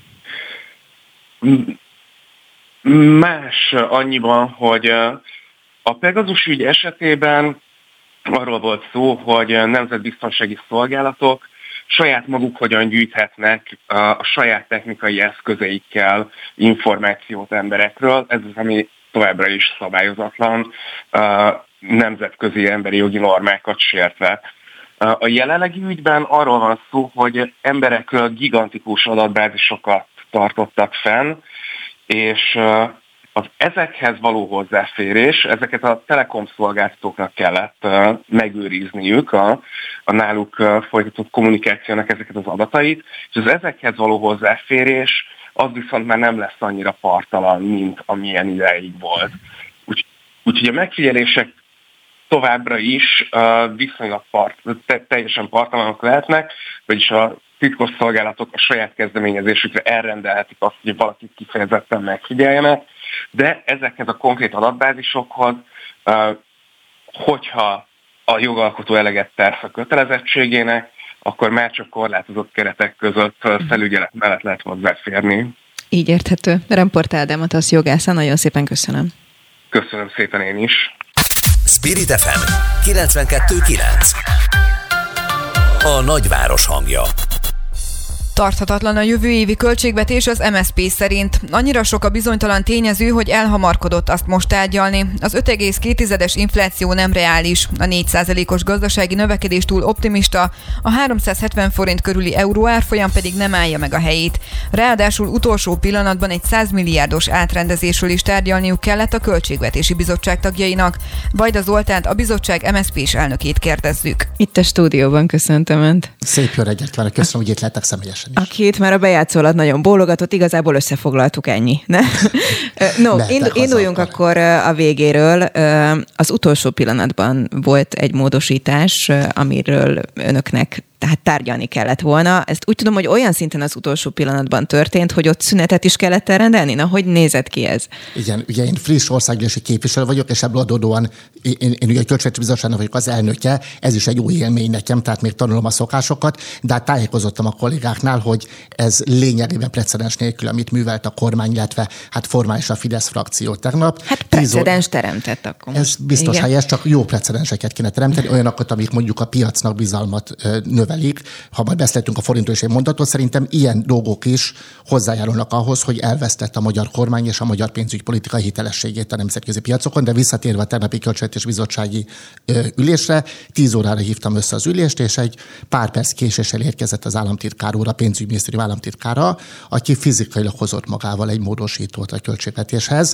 Más annyiban, hogy a Pegasus ügy esetében arról volt szó, hogy nemzetbiztonsági szolgálatok saját maguk hogyan gyűjthetnek a saját technikai eszközeikkel információt emberekről. Ez az, ami továbbra is szabályozatlan, nemzetközi emberi jogi normákat sértve. A jelenlegi ügyben arról van szó, hogy emberekről gigantikus adatbázisokat tartottak fenn, és az ezekhez való hozzáférés, ezeket a telekom szolgáltatóknak kellett megőrizniük a, a náluk folytatott kommunikációnak ezeket az adatait, és az ezekhez való hozzáférés az viszont már nem lesz annyira partalan, mint amilyen ideig volt. Úgy, úgyhogy a megfigyelések továbbra is uh, viszonylag part, te, teljesen partalanok lehetnek, vagyis a titkos szolgálatok a saját kezdeményezésükre elrendelhetik azt, hogy valakit kifejezetten megfigyeljenek, de ezekhez a konkrét adatbázisokhoz, uh, hogyha a jogalkotó eleget tesz a kötelezettségének, akkor már csak korlátozott keretek között felügyelet mellett lehet hozzáférni. Így érthető. Remport Ádám, az jogásza, nagyon szépen köszönöm. Köszönöm szépen én is. Spirit ef em kilencvenkettő kilenc. A nagyváros hangja. Tarthatatlan a jövő évi költségvetés az em es zé pé szerint. Annyira sok a bizonytalan tényező, hogy elhamarkodott azt most tárgyalni. Az öt egész két infláció nem reális, a négy százalékos gazdasági növekedés túl optimista, a háromszázhetven forint körüli euró árfolyam pedig nem állja meg a helyét. Ráadásul utolsó pillanatban egy száz milliárdos átrendezésről is tárgyalniuk kellett a Költségvetési Bizottság tagjainak. Vajda Zoltánt, a bizottság em es zé pés elnökét kérdezzük. Itt a stúdióban köszöntöm Önt. Szép jó reggelt kívánok, köszönöm, hogy itt lehetek személyesen. Aki itt már a bejátszó alatt nagyon bólogatott, igazából összefoglaltuk, ennyi. Ne? No, ne, indul, induljunk akkor a végéről. Az utolsó pillanatban volt egy módosítás, amiről önöknek tehát tárgyalni kellett volna. Ezt úgy tudom, hogy olyan szinten az utolsó pillanatban történt, hogy ott szünetet is kellett elrendelni? Na, hogy nézett ki ez? Igen, ugye én friss országgyűlési képviselő vagyok, és ebből adódóan én, én, én ugye a Költségvetési Bizottságnak vagyok az elnöke, ez is egy új élmény nekem, tehát még tanulom a szokásokat, de hát tájékozottam a kollégáknál, hogy ez lényegében precedens nélkül, amit művelt a kormány, illetve hát formális a Fidesz frakció tegnap. Hát precedens teremtett akkor. Ez biztos igen. Helyes, csak jó precedenseket kéne teremteni, olyanokat, amik mondjuk a piacnak bizalmat növelik. Ha majd beszéltünk a forintról és egy mondatot, szerintem ilyen dolgok is hozzájárulnak ahhoz, hogy elvesztett a magyar kormány és a magyar pénzügypolitikai hitelességét a nemzetközi piacokon, de visszatérve a tegnapi Költségvetési Bizottsági ülésre, tíz órára hívtam össze az ülést, és egy pár perc késéssel érkezett az államtitkár úr, a pénzügyminisztérium államtitkára, aki fizikailag hozott magával egy módosítót a költségvetéshez,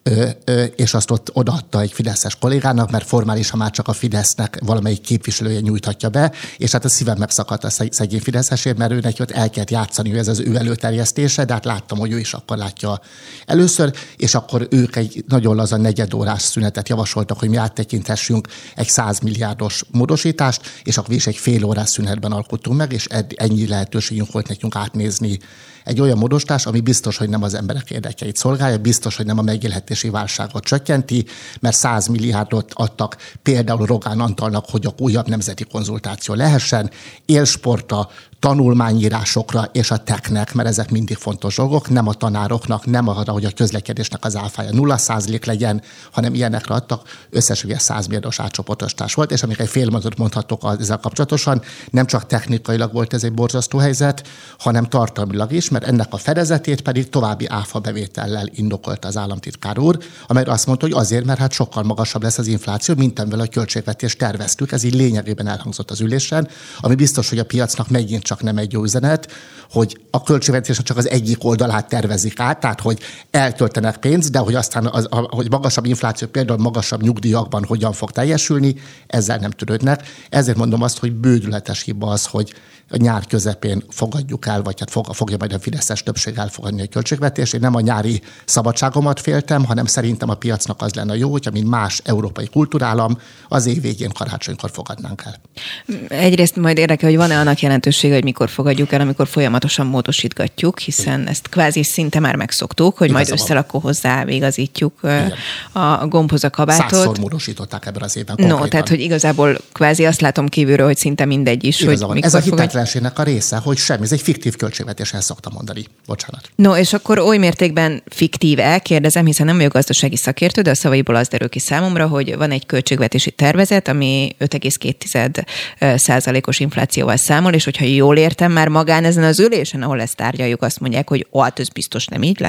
és azt ott odaadta egy fideszes kollégának, mert formálisan már csak a Fidesznek valamelyik képviselője nyújthatja be, és hát a szívem megszakadt a szegény fideszesért, mert ő neki ott el kellett játszani, hogy ez az ő előterjesztése, de hát láttam, hogy ő is akkor látja először, és akkor ők egy nagyon laza negyedórás szünetet javasoltak, hogy mi áttekintessünk egy száz milliárdos módosítást, és akkor is egy fél órás szünetben alkottunk meg, és ennyi lehetőségünk volt nekünk átnézni egy olyan módosítás, ami biztos, hogy nem az emberek érdekeit szolgálja, biztos, hogy nem a megélhetési válságot csökkenti, mert száz milliárdot adtak például Rogán Antalnak, hogy a újabb nemzeti konzultáció lehessen, élsportra, tanulmányírásokra és a technek, mert ezek mindig fontos dolgok, nem a tanároknak, nem arra, hogy a közlekedésnek az áfája nulla százalék legyen, hanem ilyenekre adtak, összességében száz milliárdos átcsoportosítás volt, és amikor egy fél mondatot mondhatok ezzel kapcsolatosan, nem csak technikailag volt ez egy borzasztó helyzet, hanem tartalmilag is, mert ennek a fedezetét pedig további áfa bevétellel indokolta az államtitkár úr, amelyre azt mondta, hogy azért, mert hát sokkal magasabb lesz az infláció, mint amivel a költségvetést terveztük, ez így lényegében elhangzott az ülésen, ami biztos, hogy a piacnak megint csak nem egy jó üzenet, hogy a költségvetésnek csak az egyik oldalát tervezik át, tehát hogy eltöltenek pénzt, de hogy aztán az, hogy magasabb infláció például magasabb nyugdíjakban hogyan fog teljesülni, ezzel nem törődnek. Ezért mondom azt, hogy bődületes hiba az, hogy a nyár közepén fogadjuk el, vagy hát fog, fogja majd a fideszes többség elfogadni a költségvetést. Én nem a nyári szabadságomat féltem, hanem szerintem a piacnak az lenne jó, hogyha mint más európai kultúrállam az év végén karácsonykor fogadnánk el. Egyrészt majd érdekel, hogy van-e annak jelentősége, hogy mikor fogadjuk el, amikor folyamatosan módosítgatjuk, hiszen ezt kvázi szinte már megszoktuk, hogy Igazabban. majd összelakó hozzá végazítjuk Igen. a gombhoz a kabátot. Százszor módosították ebben az évben. No, konkrétan. Tehát, hogy igazából kvázi azt látom kívülről, hogy szinte mindegy is, Igazabban. hogy mikor Ez a hitetlenségnek a része, hogy semmi, ez egy fiktív költségvetés, el szoktam mondani. Bocsánat. No, és akkor oly mértékben fiktív-e, kérdezem, hiszen nem vagyok gazdasági szakértő, de a szavaiból az derül ki számomra, hogy van egy költségvetési tervezet, ami öt egész két százalékos inflációval számol, és hogyha jól értem, már magán ezen az ülésen, ahol ezt tárgyaljuk, azt mondják, hogy hát ez biztos nem így lesz.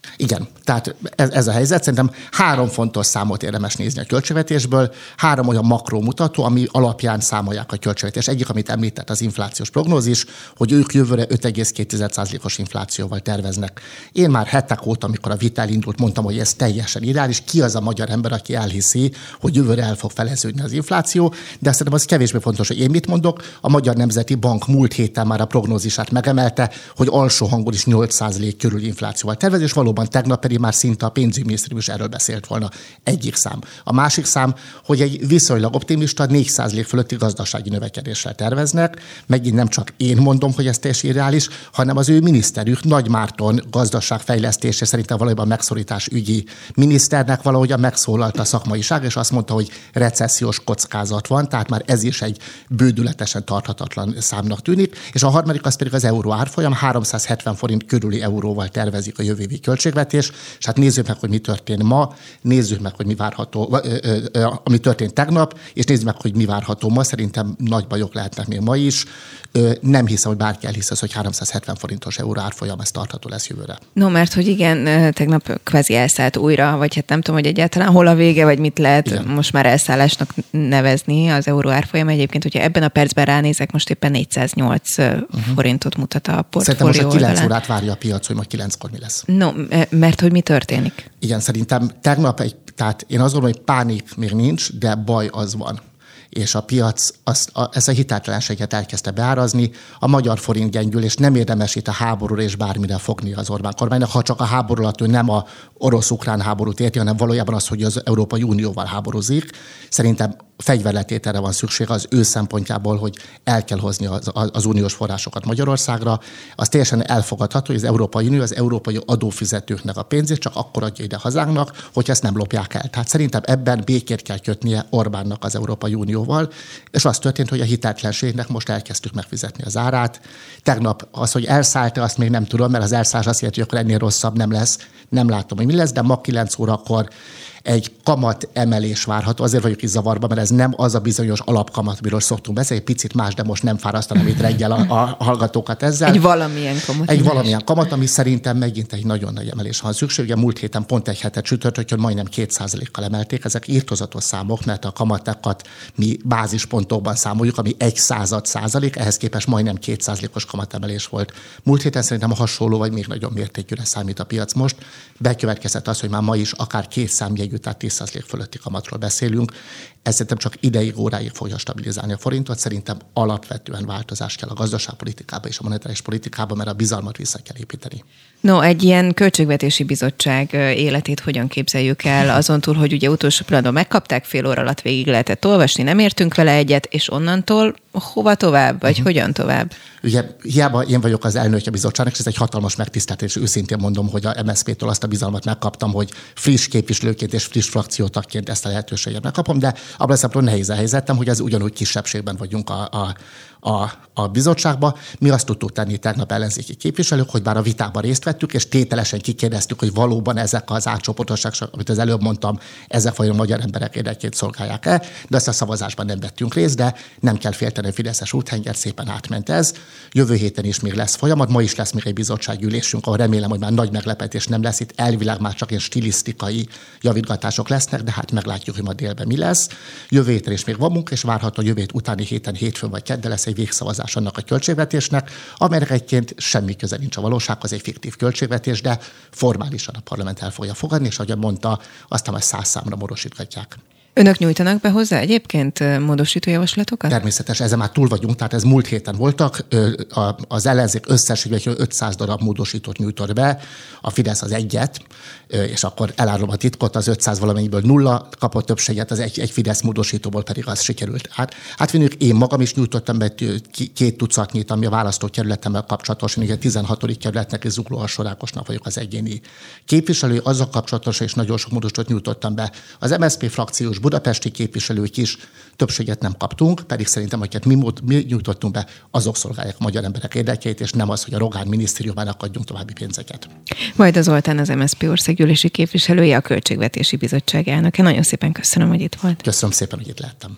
Igen, tehát ez, ez a helyzet. Szerintem három fontos számot érdemes nézni a költségvetésből, három olyan makrómutató, ami alapján számolják a költségvetés. Egyik, amit említett, az inflációs prognózis, hogy ők jövőre öt egész két százalékos inflációval terveznek. Én már hetek óta, amikor a vita elindult, mondtam, hogy ez teljesen ideális. Ki az a magyar ember, aki elhiszi, hogy jövőre el fog feleződni az infláció, de szerintem az kevésbé fontos, hogy én mit mondok. A Magyar Nemzeti Bank múlt héten már a prognózisát megemelte, hogy alsó hangon is nyolc százalék körül inflációval tervez, és valóban tegnap pedig már szinte a pénzügyminisztérium is erről beszélt volna. Egyik szám. A másik szám, hogy egy viszonylag optimista négy százalék fölötti gazdasági növekedéssel terveznek. Megint nem csak én mondom, hogy ez teljesen irreális, hanem az ő miniszterük, Nagy Márton gazdaságfejlesztése szerintem valójában megszorítás ügyi miniszternek valahogyan megszólalt a szakmaiság, és azt mondta, hogy recessziós kockázat van, tehát már ez is egy bődületesen tarthatatlan számnak tűnik. És a harmadik az pedig az euró árfolyam, háromszázhetven forint körüli euróval tervezik a jövő évi költségvetés, és hát nézzük meg, hogy mi történt ma, nézzük meg, hogy mi várható, ami történt tegnap, és nézzük meg, hogy mi várható ma. Szerintem nagy bajok lehetnek még ma is. Nem hiszem, hogy bárki elhisz az, hogy háromszázhetven forintos euró árfolyam, ez tartható lesz jövőre. No, mert hogy igen, tegnap kvázi elszállt újra, vagy hát nem tudom, hogy egyáltalán hol a vége, vagy mit lehet igen. most már elszállásnak nevezni az euró árfolyam. Egyébként, hogyha ebben a percben ránézek, most éppen négyszáznyolc uh-huh. forintot mutat a portfólió. Szerintem most a kilenc órát várja a piac, hogy majd kilenckor mi lesz. No, mert hogy mi történik? Igen, szerintem tegnap egy, tehát én azt gondolom, hogy pánik még nincs, de baj az van. És a piac azt, a, ezt a hiteltelenséget elkezdte beárazni, a magyar forint gyengül, és nem érdemes itt a háborúra és bármire fogni az Orbán kormánynak, ha csak a háború alatt ő nem a orosz-ukrán háborút érti, hanem valójában az, hogy az Európai Unióval háborúzik. Szerintem fegyverletételre van szükség az ő szempontjából, hogy el kell hozni az, az uniós forrásokat Magyarországra. Az teljesen elfogadható, hogy az Európai Unió az európai adófizetőknek a pénzét csak akkor adja ide hazánknak, hogy ezt nem lopják el. Tehát szerintem ebben békét kell kötnie Orbánnak az Európai Unióval, és az történt, hogy a hiteltelenségnek most elkezdtük megfizetni az árát. Tegnap az, hogy elszállt, azt még nem tudom, mert az elszállás azt jelenti, hogy akkor ennél rosszabb nem lesz. Nem látom, hogy mi lesz, de ma kilenc órakor egy kamat emelés várható. Azért vagyok is zavarban, mert ez nem az a bizonyos alapkamat, amiről szoktunk beszélni, egy picit más, de most nem fárasztanám itt reggel a, a hallgatókat ezzel. Egy valamilyen kamat. Egy valamilyen kamat, ami szerintem megint egy nagyon nagy emelés van szükség. Ugye múlt héten pont egy hetet csütörtökön majdnem két százalékkal emelték. Ezek írtozatos számok, mert a kamatokat mi bázispontokban számoljuk, ami egy század százalék, ehhez képest majdnem két százalékos kamatemelés volt. Múlt héten szerintem a hasonló vagy még nagyobb mértékűre számít a piac most. Bekövetkezett az, hogy már ma is akár két számjegyű, tehát tíz százalék fölötti kamatról beszélünk. Ez szerintem csak ideig, óráig fogja stabilizálni a forintot. Szerintem alapvetően változás kell a gazdaságpolitikába és a monetáris politikába, mert a bizalmat vissza kell építeni. No, egy ilyen költségvetési bizottság életét hogyan képzeljük el, azon túl, hogy ugye utolsó pillanatban megkapták, fél óra alatt végig lehetett olvasni, nem értünk vele egyet, és onnantól hova tovább, vagy uh-huh. hogyan tovább? Ugye hiába én vagyok az elnöke a bizottságnak, és ez egy hatalmas megtiszteltetés, őszintén mondom, hogy a em es zé pé-től azt a bizalmat megkaptam, hogy friss képviselőként és friss frakciótagként ezt a lehetőséget megkapom, de abban a szempontból nehéz a helyzetem, hogy az ugyanúgy kisebbségben vagyunk a, a A, a bizottságba. Mi azt tudtuk tenni tegnap ellenzéki képviselők, hogy bár a vitában részt vettük, és tételesen kikérdeztük, hogy valóban ezek az átcsoportosságok, amit az előbb mondtam, ezek vagy a magyar emberek érdekét szolgálják-e, de ezt a szavazásban nem vettünk részt, de nem kell félteni a fideszes úthenger, szépen átment ez. Jövő héten is még lesz folyamat, ma is lesz még egy bizottságülésünk, ahol remélem, hogy már nagy meglepetés nem lesz, itt elvileg már csak ilyen stilisztikai javítgatások lesznek, de hát meglátjuk, hogy ma délben mi lesz. Jövő héten is még van munka, és várható jövő utáni héten, hétfőn vagy kedden lesz egy végszavazás annak a költségvetésnek, amelynek egyébként semmi köze nincs a valósághoz, egy fiktív költségvetés, de formálisan a parlament el fogja fogadni, és ahogy mondta, aztán majd száz számra morosítgatják. Önök nyújtanak be hozzá egyébként módosító javaslatokat? Természetesen, ezen már túl vagyunk, tehát ez múlt héten voltak. Az ellenzék összességében ötszáz darab módosítót nyújtott be, a Fidesz az egyet, és akkor elárulom a titkot, az ötszáz valamennyiből nulla kapott többséget, az egy, egy Fidesz módosítóból pedig az sikerült. Hát, átvinők én magam is nyújtottam be két tucatnyit, ami a választókerületemmel kapcsolatos, én ugye a tizenhatodik kerületnek és Zugló Alsó-Rákosnak vagyok az egyéni képviselő, azzal kapcsolatos és nagyon sok módosítót nyújtottam be. Az em es zé pé frakciós budapesti képviselők is többséget nem kaptunk, pedig szerintem, akiket mi, mi nyújtottunk be, azok szolgálják a magyar emberek érdekeit, és nem az, hogy a Rogán minisztériumának adjunk további pénzeket. Vajda Zoltán, az em es zé pé országgyűlési képviselője, a Költségvetési Bizottság elnöke. Nagyon szépen köszönöm, hogy itt volt. Köszönöm szépen, hogy itt lehettem.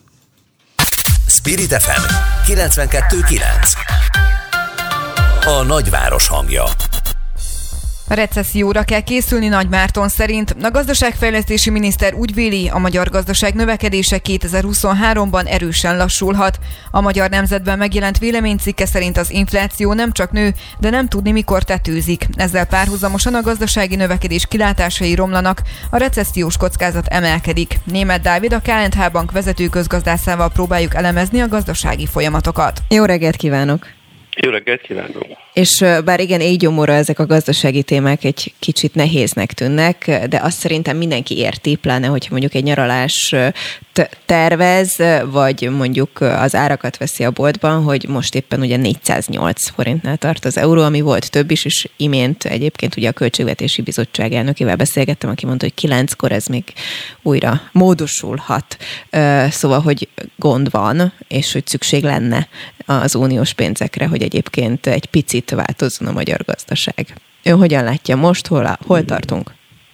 Spirit ef em kilencvenkettő kilenc. A nagyváros hangja. A recesszióra kell készülni Nagymárton szerint. A gazdaságfejlesztési miniszter úgy véli, a magyar gazdaság növekedése kétezer-huszonháromban erősen lassulhat. A Magyar Nemzetben megjelent véleménycikke szerint az infláció nem csak nő, de nem tudni mikor tetőzik. Ezzel párhuzamosan a gazdasági növekedés kilátásai romlanak, a recessziós kockázat emelkedik. Németh Dávid, a ká és há Bank vezető közgazdászával próbáljuk elemezni a gazdasági folyamatokat. Jó reggelt kívánok! Jó reggelt kívánok! És bár igen, így gyomorra ezek a gazdasági témák egy kicsit nehéznek tűnnek, de azt szerintem mindenki érti, pláne, hogyha mondjuk egy nyaralás tervez, vagy mondjuk az árakat veszi a boltban, hogy most éppen ugye négyszáznyolc forintnál tart az euró, ami volt több is, és imént egyébként ugye a Költségvetési Bizottság elnökével beszélgettem, aki mondta, hogy kilenckor ez még újra módosulhat. Szóval, hogy gond van, és hogy szükség lenne az uniós pénzekre, hogy egyébként egy picit változzon a magyar gazdaság. Ő hogyan látja most, hol, hol tartunk?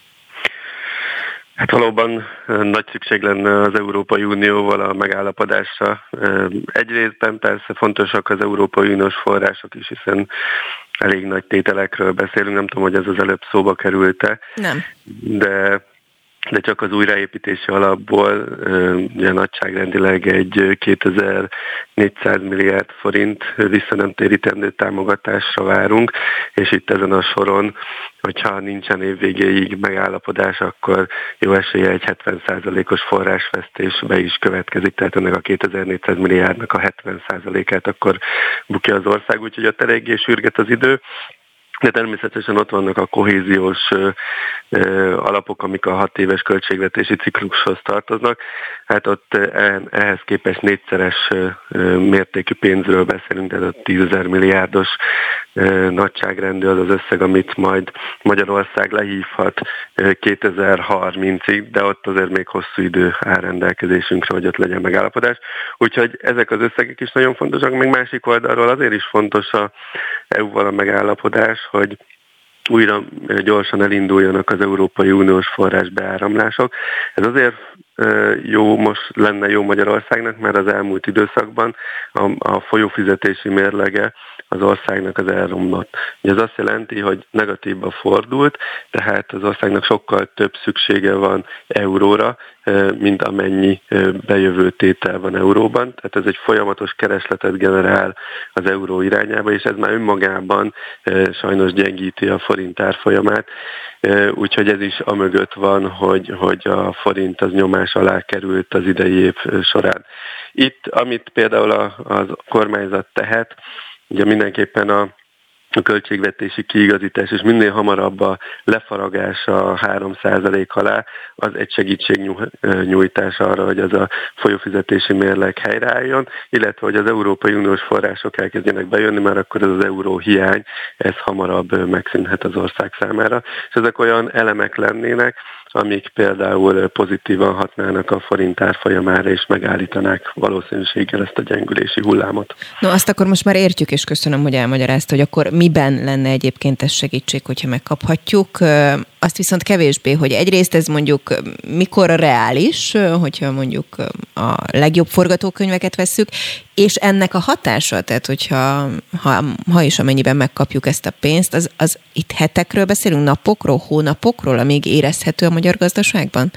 Hát valóban nagy szükség lenne az Európai Unióval a megállapodásra. Egy részben persze fontosak az Európai Uniós források is, hiszen elég nagy tételekről beszélünk, nem tudom, hogy ez az előbb szóba került-e. Nem. De de csak az újraépítési alapból ugye nagyságrendileg egy kétezer-négyszáz milliárd forint visszanemtérítendő támogatásra várunk, és itt ezen a soron, hogyha nincsen évvégéig megállapodás, akkor jó esélye egy hetven százalékos forrásvesztés be is következik, tehát ennek a kétezer-négyszáz milliárdnak a hetven százalékát akkor bukja az ország, úgyhogy ott eléggé sürget az idő. De természetesen ott vannak a kohéziós ö, alapok, amik a hat éves költségvetési ciklushoz tartoznak. Hát ott ehhez képest négyszeres ö, mértékű pénzről beszélünk, tehát a tízezer milliárdos ö, nagyságrendű az az összeg, amit majd Magyarország lehívhat ö, kétezer-harmincig, de ott azért még hosszú idő áll rendelkezésünkre, hogy ott legyen megállapodás. Úgyhogy ezek az összegek is nagyon fontosak, még másik oldalról azért is fontos a é u-val a megállapodás, hogy újra gyorsan elinduljanak az Európai Uniós forrásbeáramlások. Ez azért jó, most lenne jó Magyarországnak, mert az elmúlt időszakban a, a folyófizetési mérlege az országnak az elromlott. Ez azt jelenti, hogy negatívba fordult, tehát az országnak sokkal több szüksége van euróra, mint amennyi bejövő tétel van euróban. Tehát ez egy folyamatos keresletet generál az euró irányába, és ez már önmagában sajnos gyengíti a forint árfolyamát. Úgyhogy ez is amögött van, hogy, hogy a forint az nyomás alá került az idei év során. Itt, amit például a, a kormányzat tehet, ugye mindenképpen a a költségvetési kiigazítás és minél hamarabb a lefaragás a három százalék alá, az egy segítségnyújtás arra, hogy az a folyófizetési mérleg helyreálljon, illetve hogy az Európai Uniós források elkezdjenek bejönni, mert akkor ez az euró hiány, ez hamarabb megszűnhet az ország számára. És ezek olyan elemek lennének, amik például pozitívan hatnának a forint árfolyamára, és megállítanák valószínűséggel ezt a gyengülési hullámot. No, azt akkor most már értjük, és köszönöm, hogy elmagyarázta, hogy akkor miben lenne egyébként ez segítség, hogyha megkaphatjuk. Azt viszont kevésbé, hogy egyrészt ez mondjuk mikor reális, hogyha mondjuk a legjobb forgatókönyveket vesszük, és ennek a hatása, tehát hogyha ha, ha is amennyiben megkapjuk ezt a pénzt, az, az itt hetekről beszélünk, napokról, hónapokról, amíg érezhető a magyar gazdaságban?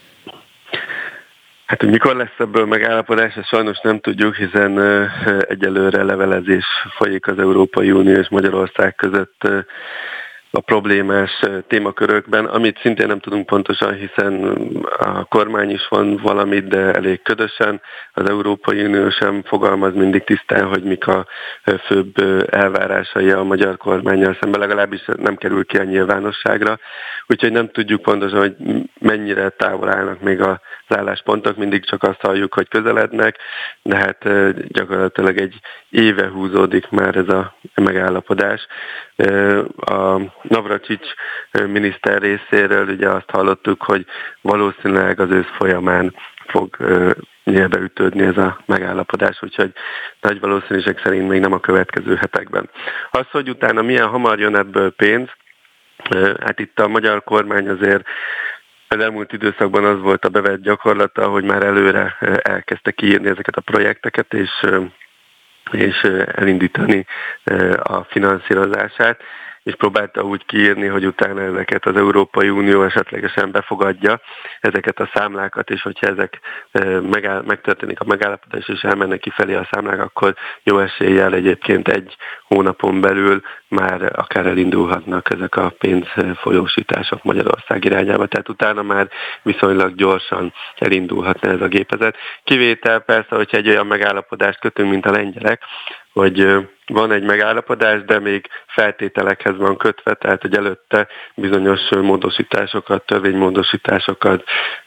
Hát, hogy mikor lesz ebből megállapodás, ezt sajnos nem tudjuk, hiszen egyelőre levelezés folyik az Európai Unió és Magyarország között a problémás témakörökben, amit szintén nem tudunk pontosan, hiszen a kormány is van valamit, de elég ködösen. Az Európai Unió sem fogalmaz mindig tisztán, hogy mik a főbb elvárásai a magyar kormánnyal szemben, legalábbis nem kerül ki a nyilvánosságra. Úgyhogy nem tudjuk pontosan, hogy mennyire távol állnak még az álláspontok, mindig csak azt halljuk, hogy közelednek, de hát gyakorlatilag egy éve húzódik már ez a megállapodás. A Navracsics miniszter részéről ugye azt hallottuk, hogy valószínűleg az ősz folyamán fog nyelbeütődni ez a megállapodás, úgyhogy nagy valószínűség szerint még nem a következő hetekben. Az, hogy utána milyen hamar jön ebből pénz, hát itt a magyar kormány azért az elmúlt időszakban az volt a bevett gyakorlata, hogy már előre elkezdte kiírni ezeket a projekteket, és és elindítani a finanszírozását. és próbálta úgy kiírni, hogy utána ezeket az Európai Unió esetlegesen befogadja, ezeket a számlákat, és hogyha ezek megáll, megtörténik a megállapodás, és elmennek kifelé a számlák, akkor jó eséllyel egyébként egy hónapon belül már akár elindulhatnak ezek a pénzfolyósítások Magyarország irányába. Tehát utána már viszonylag gyorsan elindulhatna ez a gépezet. Kivétel persze, hogyha egy olyan megállapodást kötünk, mint a lengyelek, hogy van egy megállapodás, de még feltételekhez van kötve, tehát hogy előtte bizonyos módosításokat, törvénymódosításokat,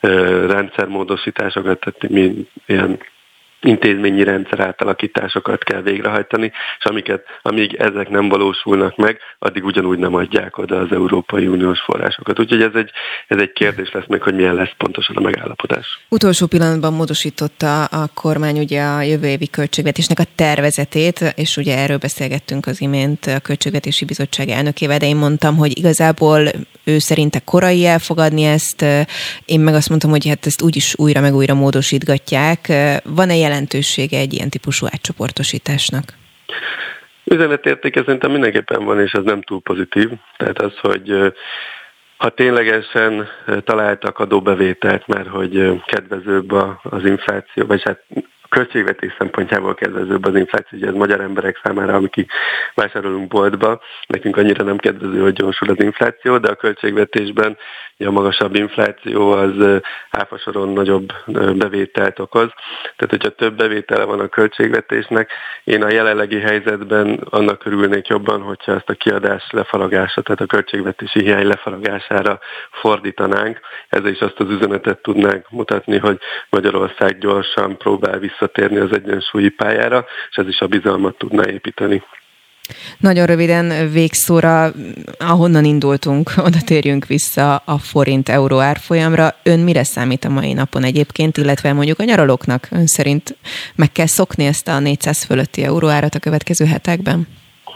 rendszermódosításokat, tehát ilyen intézményi rendszer átalakításokat kell végrehajtani, és amiket, amíg ezek nem valósulnak meg, addig ugyanúgy nem adják oda az Európai Uniós forrásokat. Úgyhogy ez egy, ez egy kérdés lesz meg, hogy milyen lesz pontosan a megállapodás. Utolsó pillanatban módosította a kormány ugye a jövő évi költségvetésnek a tervezetét, és ugye erről beszélgettünk az imént a Költségvetési Bizottság elnökével, de én mondtam, hogy igazából ő szerinte korai elfogadni ezt, én meg azt mondtam, hogy hát ezt úgyis újra meg újra módosítgatják. Van-e jelentősége egy ilyen típusú átcsoportosításnak? Üzenetértéke szerintem mindenképpen van, és az nem túl pozitív. Tehát az, hogy ha ténylegesen találtak adóbevételt, mert hogy kedvezőbb az infláció, vagy hát költségvetés szempontjából kedvezőbb az infláció, ugye ez magyar emberek számára, amik vásárolunk boltba, nekünk annyira nem kedvező, hogy gyorsul az infláció, de a költségvetésben a magasabb infláció az áfasoron nagyobb bevételt okoz. Tehát, hogyha több bevétele van a költségvetésnek, én a jelenlegi helyzetben annak örülnék jobban, hogyha ezt a kiadás lefaragása, tehát a költségvetési hiány lefaragására fordítanánk. Ezzel is azt az üzenetet tudnánk mutatni, hogy Magyarország gyorsan próbál visszatérni az egyensúlyi pályára, és ez is a bizalmat tudná építeni. Nagyon röviden végszóra, ahonnan indultunk, oda térjünk vissza a forint-euró árfolyamra. Ön mire számít a mai napon egyébként, illetve mondjuk a nyaralóknak? Ön szerint meg kell szokni ezt a négyszáz fölötti euróárat a következő hetekben?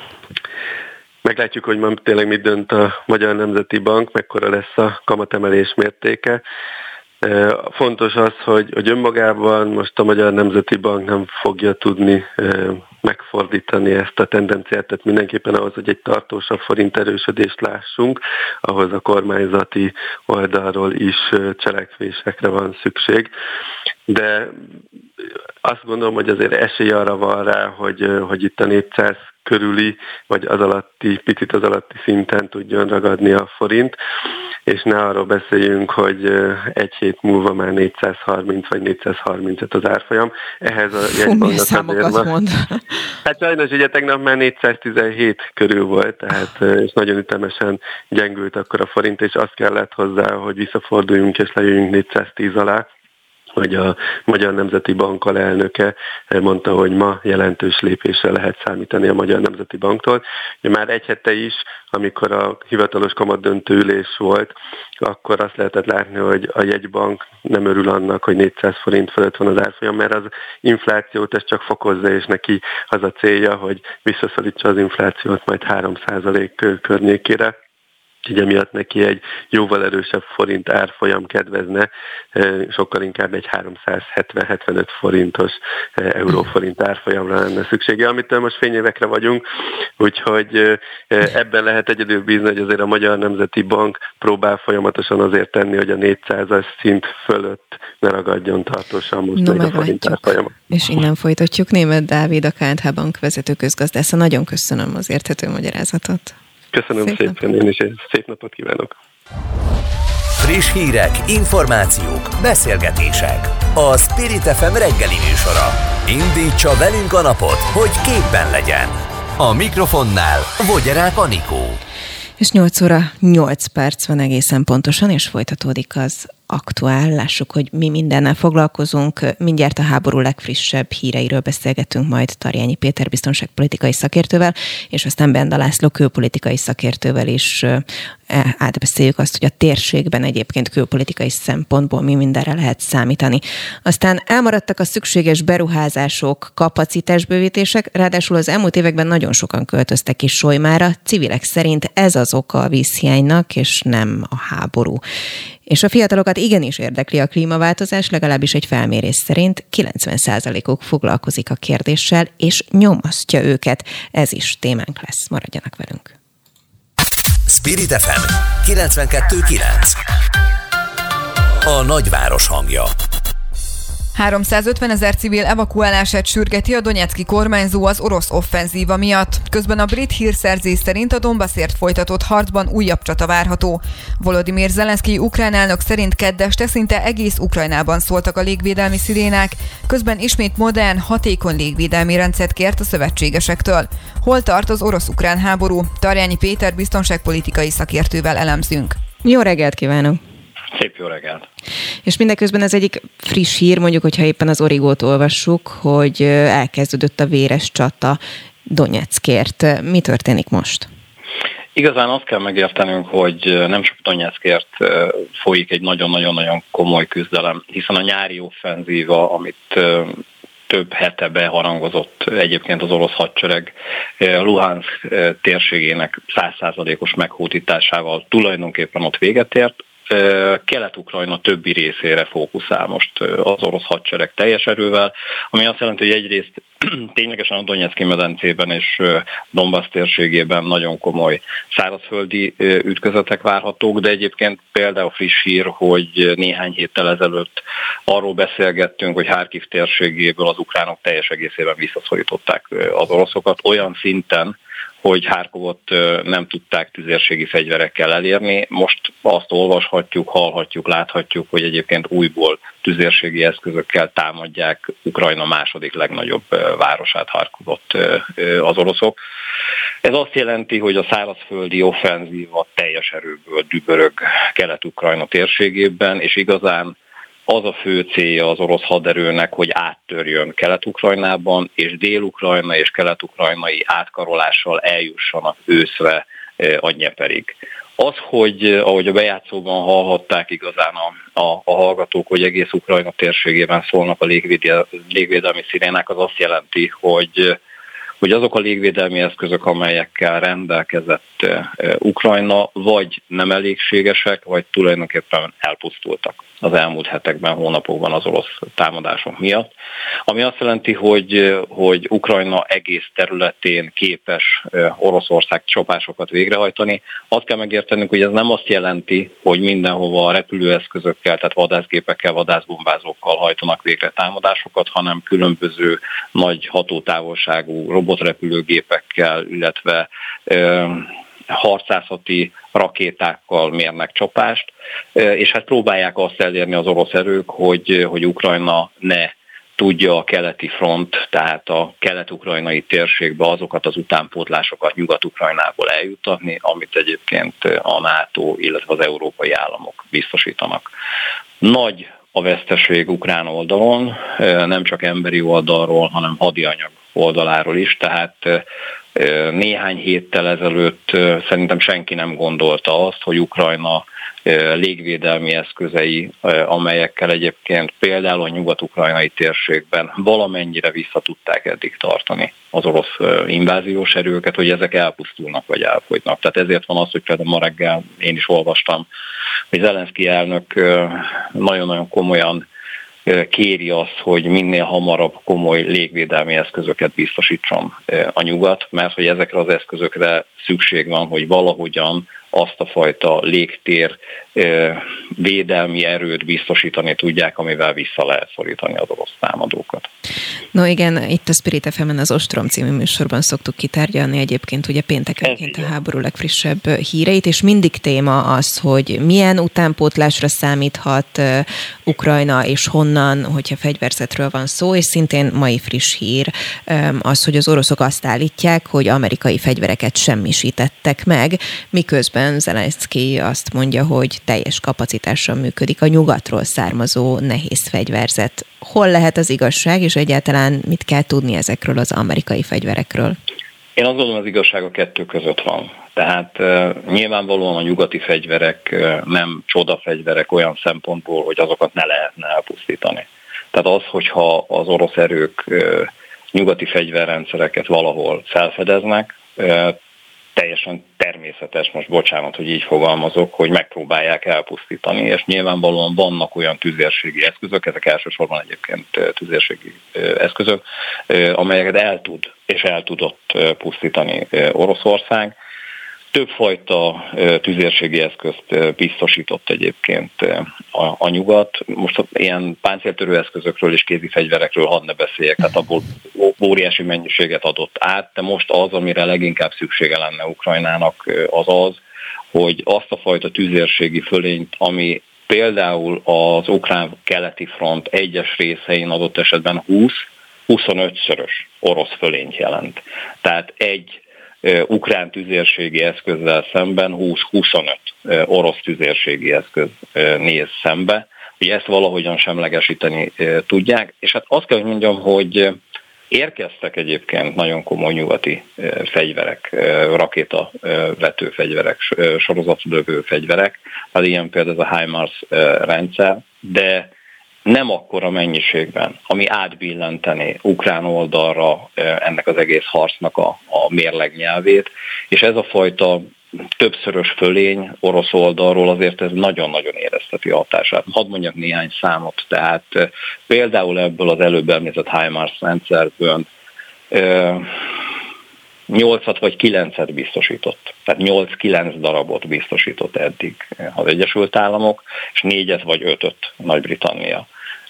Meglátjuk, hogy ma tényleg mit dönt a Magyar Nemzeti Bank, mekkora lesz a kamatemelés mértéke. Fontos az, hogy, hogy önmagában most a Magyar Nemzeti Bank nem fogja tudni megfordítani ezt a tendenciát, tehát mindenképpen ahhoz, hogy egy tartósabb forint erősödést lássunk, ahhoz a kormányzati oldalról is cselekvésekre van szükség. De azt gondolom, hogy azért esély arra van rá, hogy, hogy itt a négyszáz körüli, vagy az alatti, picit az alatti szinten tudjon ragadni a forint, és ne arról beszéljünk, hogy egy hét múlva már négyszázharminc vagy négyszázharmincöt az árfolyam. Ehhez a jegybanknak számokat mond. Hát sajnos ugye tegnap már négyszáztizenhét körül volt, tehát és nagyon ütemesen gyengült akkor a forint, és azt kellett hozzá, hogy visszaforduljunk és lejöjjünk négyszáztíz alá, hogy a Magyar Nemzeti Bank alelnöke mondta, hogy ma jelentős lépésre lehet számítani a Magyar Nemzeti Banktól. Már egy hete is, amikor a hivatalos kamatdöntő ülés volt, akkor azt lehetett látni, hogy a jegybank nem örül annak, hogy négyszáz forint fölött van az árfolyam, mert az inflációt ez csak fokozza, és neki az a célja, hogy visszaszorítsa az inflációt majd három százalék környékére. Így emiatt neki egy jóval erősebb forint árfolyam kedvezne, sokkal inkább egy háromszázhetven-hetvenöt forintos euróforint árfolyamra lenne szüksége, amitől most fényévekre vagyunk, úgyhogy ebben lehet egyedül bízni, hogy azért a Magyar Nemzeti Bank próbál folyamatosan azért tenni, hogy a négyszázas szint fölött ne ragadjon tartósan most no, még a forint árfolyam. És innen folytatjuk. Németh Dávid, a ká en há Bank vezető közgazdásza. Nagyon köszönöm az érthető magyarázatot. Köszönöm szép szépen, nap. Én is egy szép napot kívánok. Friss hírek, információk, beszélgetések. A Spirit ef em reggeli műsora. Indítsa velünk a napot, hogy képben legyen. A mikrofonnál Vogyarák Anikó. És nyolc óra nyolc perc van egészen pontosan, és folytatódik az aktuál. Lássuk, hogy mi mindennel foglalkozunk. Mindjárt a háború legfrissebb híreiről beszélgetünk majd Tarjányi Péter biztonságpolitikai szakértővel, és aztán Benda László külpolitikai szakértővel is átbeszéljük azt, hogy a térségben egyébként külpolitikai szempontból mi mindenre lehet számítani. Aztán elmaradtak a szükséges beruházások, kapacitásbővítések, ráadásul az elmúlt években nagyon sokan költöztek ki Solymára. Civilek szerint ez az oka a vízhiánynak, és nem a háború. És a fiatalokat igenis érdekli a klímaváltozás, legalábbis egy felmérés szerint kilencven százalékuk foglalkozik a kérdéssel, és nyomasztja őket. Ez is témánk lesz. Maradjanak velünk. Spirit ef em kilencvenkettő kilenc. A nagyváros hangja. háromszázötven ezer civil evakuálását sürgeti a donetszki kormányzó az orosz offenzíva miatt. Közben a brit hírszerzés szerint a Donbassért folytatott harcban újabb csata várható. Volodymyr Zelenszky ukrán elnök szerint keddeste szinte egész Ukrajnában szóltak a légvédelmi szirénák, közben ismét modern, hatékony légvédelmi rendszert kért a szövetségesektől. Hol tart az orosz-ukrán háború? Tarjányi Péter biztonságpolitikai szakértővel elemzünk. Jó reggelt kívánok! Szép jó reggelt! És mindeközben ez egyik friss hír, mondjuk, hogyha éppen az Origót olvassuk, hogy elkezdődött a véres csata Donyeckért. Mi történik most? Igazán azt kell megértenünk, hogy nem csak Donyeckért folyik egy nagyon-nagyon-nagyon komoly küzdelem, hiszen a nyári offenzíva, amit több hete beharangozott egyébként az orosz hadsereg Luhansk térségének száz százalékos meghódításával tulajdonképpen ott véget ért. Kelet-Ukrajna többi részére fókuszál most az orosz hadsereg teljes erővel, ami azt jelenti, hogy egyrészt ténylegesen a Donyeckí medencében és Donbass térségében nagyon komoly szárazföldi ütközetek várhatók, de egyébként például friss hír, hogy néhány héttel ezelőtt arról beszélgettünk, hogy Harkiv térségéből az ukránok teljes egészében visszaszorították az oroszokat olyan szinten, hogy Harkovot nem tudták tüzérségi fegyverekkel elérni. Most azt olvashatjuk, hallhatjuk, láthatjuk, hogy egyébként újból tüzérségi eszközökkel támadják Ukrajna második legnagyobb városát, Harkovot az oroszok. Ez azt jelenti, hogy a szárazföldi offenzíva teljes erőből dübörög Kelet-Ukrajna térségében, és igazán az a fő célja az orosz haderőnek, hogy áttörjön Kelet-Ukrajnában, és Dél-Ukrajna és kelet-ukrajnai átkarolással eljussanak őszre a Dnyeperig. Az, hogy ahogy a bejátszóban hallhatták igazán a, a, a hallgatók, hogy egész Ukrajna térségében szólnak a légvédelmi szirénák, az azt jelenti, hogy hogy azok a légvédelmi eszközök, amelyekkel rendelkezett Ukrajna, vagy nem elégségesek, vagy tulajdonképpen elpusztultak az elmúlt hetekben, hónapokban az orosz támadások miatt. Ami azt jelenti, hogy, hogy Ukrajna egész területén képes Oroszország csapásokat végrehajtani. Azt kell megértenünk, hogy ez nem azt jelenti, hogy mindenhova repülőeszközökkel, tehát vadászgépekkel, vadászbombázókkal hajtanak végre támadásokat, hanem különböző nagy hatótávolságú robotrepülőgépekkel, illetve ö, harcászati rakétákkal mérnek csapást, és hát próbálják azt elérni az orosz erők, hogy, hogy Ukrajna ne tudja a keleti front, tehát a kelet-ukrajnai térségbe azokat az utánpótlásokat Nyugat-Ukrajnából eljuttatni, amit egyébként a NATO, illetve az európai államok biztosítanak. Nagy a veszteség ukrán oldalon, nem csak emberi oldalról, hanem hadianyag oldaláról is, tehát néhány héttel ezelőtt szerintem senki nem gondolta azt, hogy Ukrajna légvédelmi eszközei, amelyekkel egyébként például a nyugat-ukrajnai térségben valamennyire vissza tudták eddig tartani az orosz inváziós erőket, hogy ezek elpusztulnak vagy elfogynak. Tehát ezért van az, hogy például ma reggel én is olvastam, hogy Zelenszky elnök nagyon-nagyon komolyan kéri azt, hogy minél hamarabb komoly légvédelmi eszközöket biztosítson a nyugat, mert hogy ezekre az eszközökre szükség van, hogy valahogyan azt a fajta légtér védelmi erőt biztosítani tudják, amivel vissza lehet szorítani az orosz támadókat. No igen, itt a Spirit ef emen az Ostrom című műsorban szoktuk kitárgyalni egyébként ugye péntekenként a háború legfrissebb híreit, és mindig téma az, hogy milyen utánpótlásra számíthat Ukrajna, és honnan, hogyha fegyverzetről van szó, és szintén mai friss hír az, hogy az oroszok azt állítják, hogy amerikai fegyvereket semmisítettek meg, miközben Zelenszky azt mondja, hogy teljes kapacitással működik a nyugatról származó nehéz fegyverzet. Hol lehet az igazság, és egyáltalán mit kell tudni ezekről az amerikai fegyverekről? Én azt gondolom, az igazság a kettő között van. Tehát uh, nyilvánvalóan a nyugati fegyverek uh, nem csodafegyverek olyan szempontból, hogy azokat ne lehetne elpusztítani. Tehát az, hogyha az orosz erők uh, nyugati fegyverrendszereket valahol felfedeznek, uh, teljesen természetes, most bocsánat, hogy így fogalmazok, hogy megpróbálják elpusztítani, és nyilvánvalóan vannak olyan tüzérségi eszközök, ezek elsősorban egyébként tüzérségi eszközök, amelyeket el tud és el tudott pusztítani Oroszország. Többfajta tüzérségi eszközt biztosított egyébként a, a nyugat. Most ilyen páncéltörő eszközökről és kézi fegyverekről hadd ne beszéljek, tehát abból óriási mennyiséget adott át, de most az, amire leginkább szüksége lenne Ukrajnának, az az, hogy azt a fajta tüzérségi fölényt, ami például az ukrán keleti front egyes részein adott esetben húsz-huszonötszörös orosz fölényt jelent. Tehát egy ukrán tüzérségi eszközzel szemben húsz-huszonöt orosz tüzérségi eszköz néz szembe, hogy ezt valahogyan semlegesíteni tudják, és hát azt kell, hogy mondjam, hogy érkeztek egyébként nagyon komoly nyugati fegyverek, rakétavető fegyverek, sorozatlövő fegyverek, hát ilyen például ez a HIMARS rendszer, de nem akkora mennyiségben, ami átbillenteni ukrán oldalra ennek az egész harcnak a, a mérlegnyelvét, és ez a fajta többszörös fölény orosz oldalról azért ez nagyon-nagyon érezteti a hatását. Hadd mondjak néhány számot, tehát például ebből az előbb említett HIMARS rendszerből nyolcat vagy kilencet biztosított. Tehát nyolc-kilenc darabot biztosított eddig az Egyesült Államok, és négyet vagy ötöt Nagy-Britannia.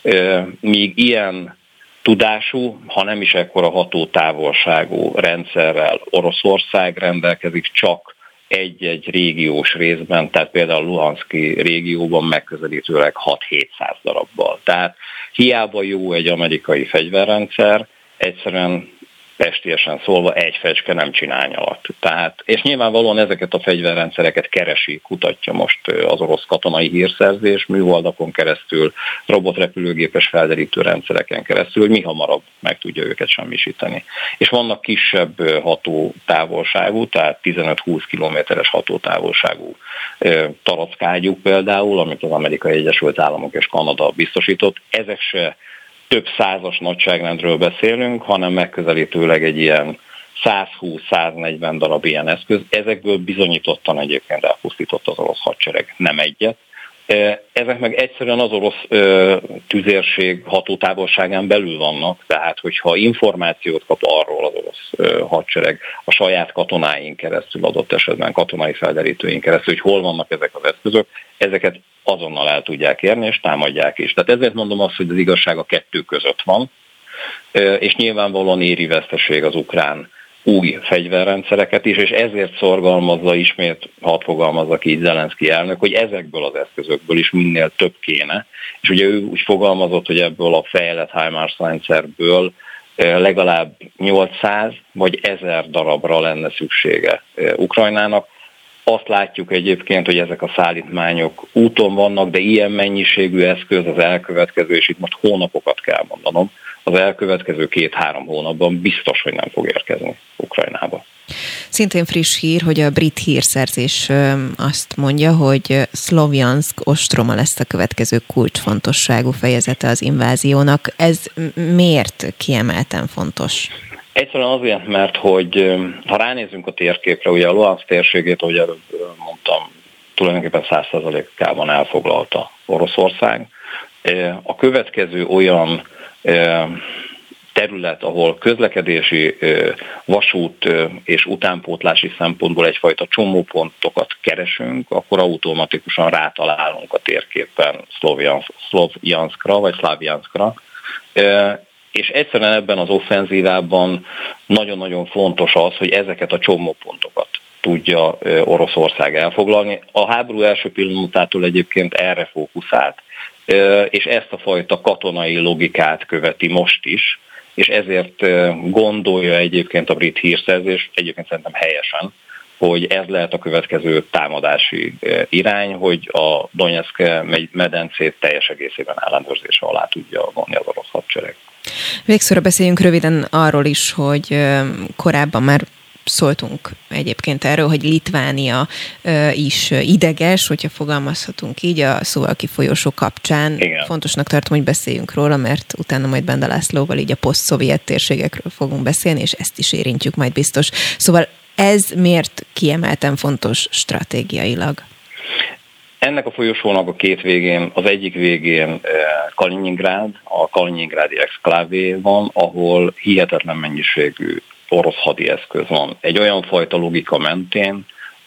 Míg ilyen tudású, ha nem is ekkora hatótávolságú rendszerrel Oroszország rendelkezik csak egy-egy régiós részben, tehát például a Luhanszki régióban megközelítőleg hat-hétszáz darabbal. Tehát hiába jó egy amerikai fegyverrendszer, egyszerűen pestélyesen szólva egy fecske nem csinál nyalat. Tehát, és nyilvánvalóan ezeket a fegyverrendszereket keresi, kutatja most az orosz katonai hírszerzés, műholdakon keresztül, robotrepülőgépes felderítő rendszereken keresztül, hogy mi hamarabb meg tudja őket semmisíteni. És vannak kisebb hatótávolságú, tehát tizenöt-húsz kilométeres hatótávolságú tarackágyúk például, amit az Amerikai Egyesült Államok és Kanada biztosított. Ezek se több százas nagyságrendről beszélünk, hanem megközelítőleg egy ilyen százhúsz-száznegyven darab ilyen eszköz. Ezekből bizonyítottan egyébként elpusztított az orosz hadsereg, nem egyet. Ezek meg egyszerűen az orosz tüzérség hatótávolságán belül vannak, tehát hogyha információt kap arról az orosz hadsereg a saját katonáin keresztül, adott esetben katonai felderítőin keresztül, hogy hol vannak ezek az eszközök, ezeket azonnal el tudják érni, és támadják is. Tehát ezért mondom azt, hogy az igazság a kettő között van, és nyilvánvalóan éri veszteség az ukrán új fegyverrendszereket is, és ezért szorgalmazza ismét, hadd fogalmazza ki így Zelenszky elnök, hogy ezekből az eszközökből is minél több kéne. És ugye ő úgy fogalmazott, hogy ebből a fejlett HIMARS rendszerből legalább nyolcszáz vagy ezer darabra lenne szüksége Ukrajnának. Azt látjuk egyébként, hogy ezek a szállítmányok úton vannak, de ilyen mennyiségű eszköz az elkövetkező, és itt most hónapokat kell mondanom, az elkövetkező két-három hónapban biztos, hogy nem fog érkezni Ukrajnába. Szintén friss hír, hogy a brit hírszerzés azt mondja, hogy Szlovjanszk ostroma lesz a következő kulcsfontosságú fejezete az inváziónak. Ez miért kiemelten fontos? Egyszerűen azért, mert hogy ha ránézünk a térképre, ugye a Luhanszk térségét, ahogy előbb mondtam, tulajdonképpen száz százalékában elfoglalta Oroszország. A következő olyan terület, ahol közlekedési, vasút és utánpótlási szempontból egyfajta csomópontokat keresünk, akkor automatikusan rátalálunk a térképen Szlovjanszkra vagy Szlávjanszkra. És egyszerűen ebben az offenzívában nagyon-nagyon fontos az, hogy ezeket a csomópontokat tudja Oroszország elfoglalni. A háború első pillanatától egyébként erre fókuszált, és ezt a fajta katonai logikát követi most is, és ezért gondolja egyébként a brit hírszerzés, egyébként szerintem helyesen, hogy ez lehet a következő támadási irány, hogy a Donetszk medencét teljes egészében ellenőrzése alá tudja vonni az orosz hadsereg. Végszóra beszéljünk röviden arról is, hogy korábban már szóltunk egyébként erről, hogy Litvánia is ideges, hogyha fogalmazhatunk így, a Szuvalki folyosó kapcsán. Igen. Fontosnak tartom, hogy beszéljünk róla, mert utána majd Benda Lászlóval így a poszt-szovjet térségekről fogunk beszélni, és ezt is érintjük majd biztos. Szóval ez miért kiemelten fontos stratégiailag? Ennek a folyosónak a két végén, az egyik végén Kaliningrád, a kaliningrádi exklávé van, ahol hihetetlen mennyiségű orosz hadi eszköz van. Egy olyan fajta logika mentén,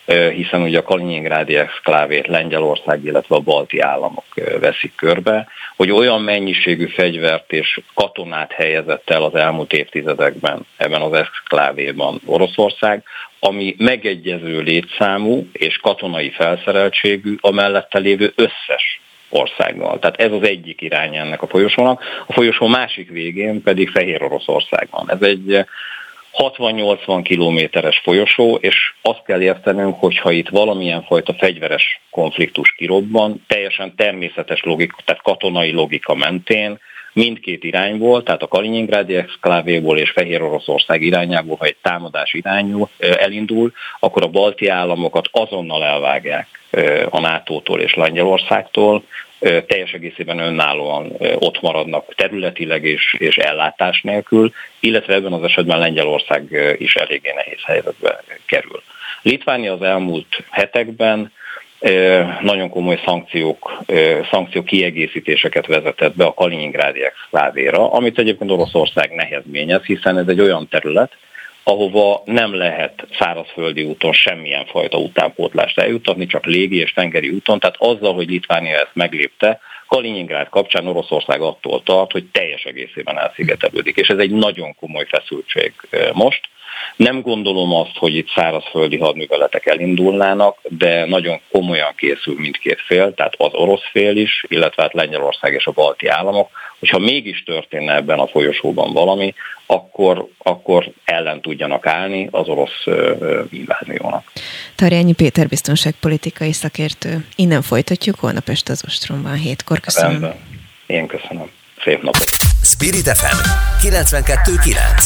hiszen ugye a Kaliningrádi exklávét Lengyelország, illetve a balti államok veszik körbe, hogy olyan mennyiségű fegyvert és katonát helyezett el az elmúlt évtizedekben ebben az exklávéban Oroszország, ami megegyező létszámú és katonai felszereltségű a mellette lévő összes országgal. Tehát ez az egyik irány ennek a folyosónak. A folyosó másik végén pedig Fehér Oroszország van. Ez egy hatvan-nyolcvan kilométeres folyosó, és azt kell értenünk, hogyha itt valamilyen fajta fegyveres konfliktus kirobban, teljesen természetes logika, tehát katonai logika mentén, mindkét irányból, tehát a Kaliningrádi exklávéból és Fehér Oroszország irányából, ha egy támadás irányú elindul, akkor a balti államokat azonnal elvágják a nátótól és Lengyelországtól, teljes egészében önállóan ott maradnak területileg és, és ellátás nélkül, illetve ebben az esetben Lengyelország is eléggé nehéz helyzetbe kerül. Litvánia az elmúlt hetekben nagyon komoly szankciók, szankciók kiegészítéseket vezetett be a Kaliningrádi exklávéra, amit egyébként Oroszország nehezményez, hiszen ez egy olyan terület, ahova nem lehet szárazföldi úton semmilyen fajta utánpótlást eljutatni, csak légi és tengeri úton, tehát azzal, hogy Litvánia ezt meglépte, Kaliningrád kapcsán Oroszország attól tart, hogy teljes egészében elszigetelődik, és ez egy nagyon komoly feszültség most. Nem gondolom azt, hogy itt szárazföldi hadműveletek elindulnának, de nagyon komolyan készül mindkét fél, tehát az orosz fél is, illetve hát Lengyelország és a balti államok, hogyha mégis történne ebben a folyosóban valami, akkor, akkor ellen tudjanak állni az orosz inváziónak. Tarjányi Péter biztonságpolitikai szakértő. Innen folytatjuk holnap este az Ostromban hétkor. Köszönöm. Rendben. Én köszönöm. Szép napot. Spirit ef em kilencvenkettő kilenc.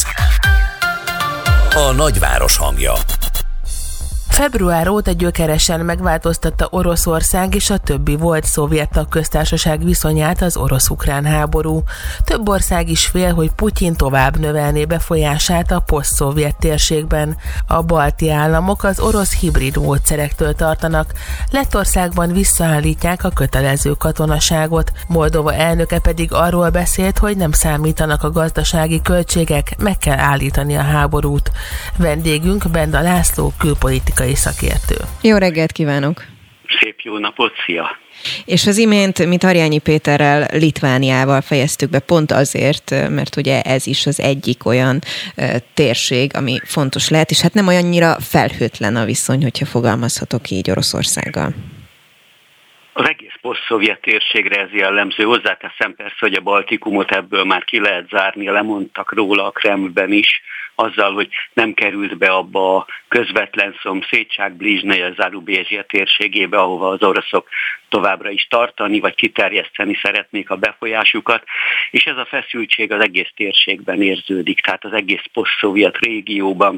A nagyváros hangja. Február óta gyökeresen megváltoztatta Oroszország és a többi volt szovjet tagköztársaság viszonyát az orosz-ukrán háború. Több ország is fél, hogy Putyin tovább növelné befolyását a poszt-szovjet térségben. A balti államok az orosz hibrid módszerektől tartanak, Lettországban visszaállítják a kötelező katonaságot, Moldova elnöke pedig arról beszélt, hogy nem számítanak a gazdasági költségek, meg kell állítani a háborút. Vendégünk Benda László, külpolitikai szakértő. Jó reggelt kívánok! Szép jó napot, szia! És az imént mi Tarjányi Péterrel Litvániával fejeztük be pont azért, mert ugye ez is az egyik olyan e, térség, ami fontos lehet, és hát nem olyannyira felhőtlen a viszony, hogyha fogalmazhatok így Oroszországgal. Az egész poszt-szovjet térségre ez jellemző. Hozzáteszem persze, hogy a Baltikumot ebből már ki lehet zárni, lemondtak róla a Kremlben is, azzal, hogy nem került be abba a közvetlen szomszédság Blizsnye Zarubézsia térségébe, ahova az oroszok továbbra is tartani, vagy kiterjeszteni szeretnék a befolyásukat, és ez a feszültség az egész térségben érződik, tehát az egész poszt-szovjet régióban.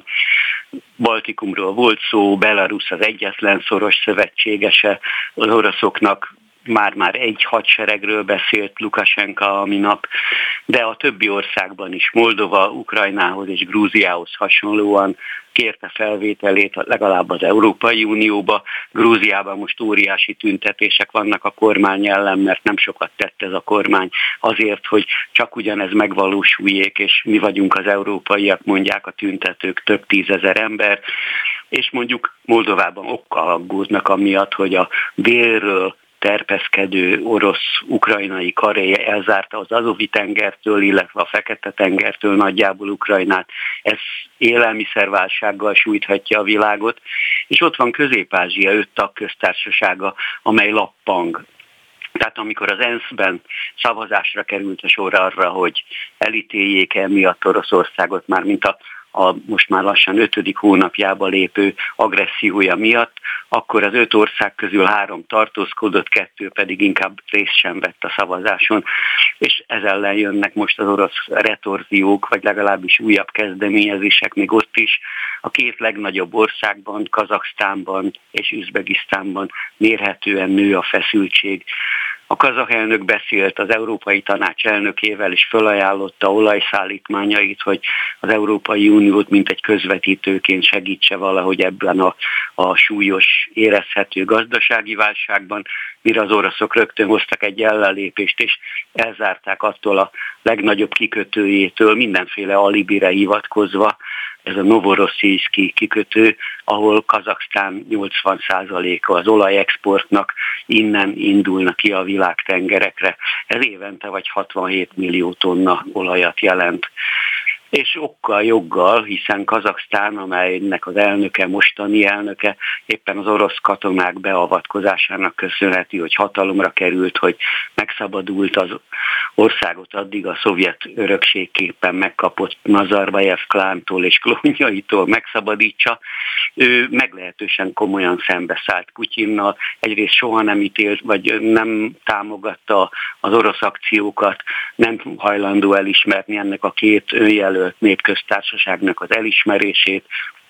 Baltikumról volt szó, Belarus az egyetlen szoros szövetségese az oroszoknak, már-már egy hadseregről beszélt Lukasenka a minap, de a többi országban is, Moldova, Ukrajnához és Grúziához hasonlóan kérte felvételét legalább az Európai Unióba. Grúziában most óriási tüntetések vannak a kormány ellen, mert nem sokat tett ez a kormány azért, hogy csak ugyanez megvalósuljék, és mi vagyunk az európaiak, mondják a tüntetők, több tízezer ember, és mondjuk Moldovában okkal aggódnak amiatt, hogy a délről terpeszkedő orosz-ukrajnai karé elzárta az Azovi-tengertől, illetve a Fekete-tengertől nagyjából Ukrajnát. Ez élelmiszerválsággal sújthatja a világot, és ott van Közép-Ázsia öt tagköztársasága, amely lappang. Tehát amikor az ENSZ-ben szavazásra került a sor arra, hogy elítéljék emiatt Oroszországot, már mint a a most már lassan ötödik hónapjába lépő agressziója miatt, akkor az öt ország közül három tartózkodott, kettő pedig inkább részt sem vett a szavazáson, és ez ellen jönnek most az orosz retorziók, vagy legalábbis újabb kezdeményezések még ott is. A két legnagyobb országban, Kazaksztánban és Üzbegisztánban mérhetően nő a feszültség. A kazah elnök beszélt az Európai Tanács elnökével, és felajánlotta olajszállítmányait, hogy az Európai Uniót mint egy közvetítőként segítse valahogy ebben a, a súlyos, érezhető gazdasági válságban, mire az oroszok rögtön hoztak egy ellenlépést, és elzárták attól a legnagyobb kikötőjétől mindenféle alibire hivatkozva, ez a Novorosszijszki kikötő, ahol Kazaksztán nyolcvan százaléka az olajexportnak innen indulna ki a világtengerekre. Ez évente vagy hatvanhét millió tonna olajat jelent. És okkal, joggal, hiszen Kazaksztán, amelynek az elnöke, mostani elnöke éppen az orosz katonák beavatkozásának köszönheti, hogy hatalomra került, hogy megszabadult az országot addig a szovjet örökségképpen megkapott Nazarbajev klántól és klónjaitól megszabadítsa. Ő meglehetősen komolyan szembeszállt Putyinnal, egyrészt soha nem ítélt, vagy nem támogatta az orosz akciókat, nem hajlandó elismerni ennek a két önjelölt népköztársaságnak az elismerését,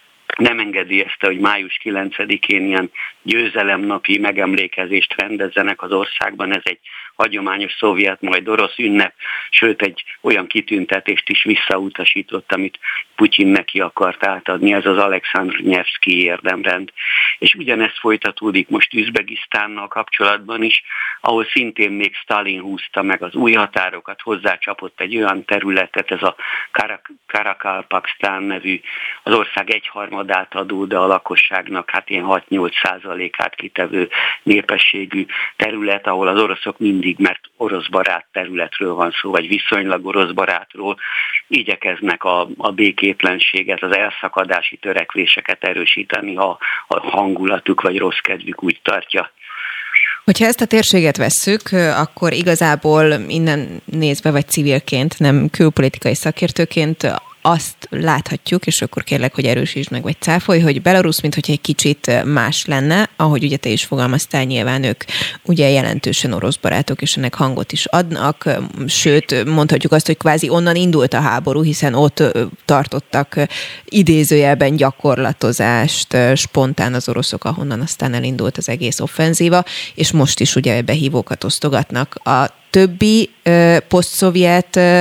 nem engedélyezte, hogy május kilencedikén ilyen győzelemnapi megemlékezést rendezzenek az országban. Ez egy hagyományos szovjet, majd orosz ünnep, sőt egy olyan kitüntetést is visszautasított, amit Putyin neki akart átadni, ez az Alekszandr Nyevszkij érdemrend. És ugyanez folytatódik most Üzbegisztánnal kapcsolatban is, ahol szintén még Sztalin húzta meg az új határokat, hozzácsapott egy olyan területet, ez a Karak- Karakalpaksztán nevű, az ország egyharmadát adó, de a lakosságnak hát ilyen hat-nyolc százalékát kitevő népességű terület, ahol az oroszok mindig, mert orosz barát területről van szó, vagy viszonylag orosz barátról, igyekeznek a, a békétlenséget, az elszakadási törekvéseket erősíteni, ha a hangulatuk vagy rossz kedvük úgy tartja. Hogyha ezt a térséget vesszük, akkor igazából innen nézve, vagy civilként, nem külpolitikai szakértőként azt láthatjuk, és akkor kérlek, hogy erősítsd meg, vagy cáfolj, hogy Belarus, minthogyha egy kicsit más lenne, ahogy ugye te is fogalmaztál, nyilván ők ugye jelentősen orosz barátok, és ennek hangot is adnak, sőt, mondhatjuk azt, hogy kvázi onnan indult a háború, hiszen ott tartottak idézőjelben gyakorlatozást spontán az oroszok, ahonnan aztán elindult az egész offenzíva, és most is ugye behívókat osztogatnak. A többi ö, posztszovjet ö,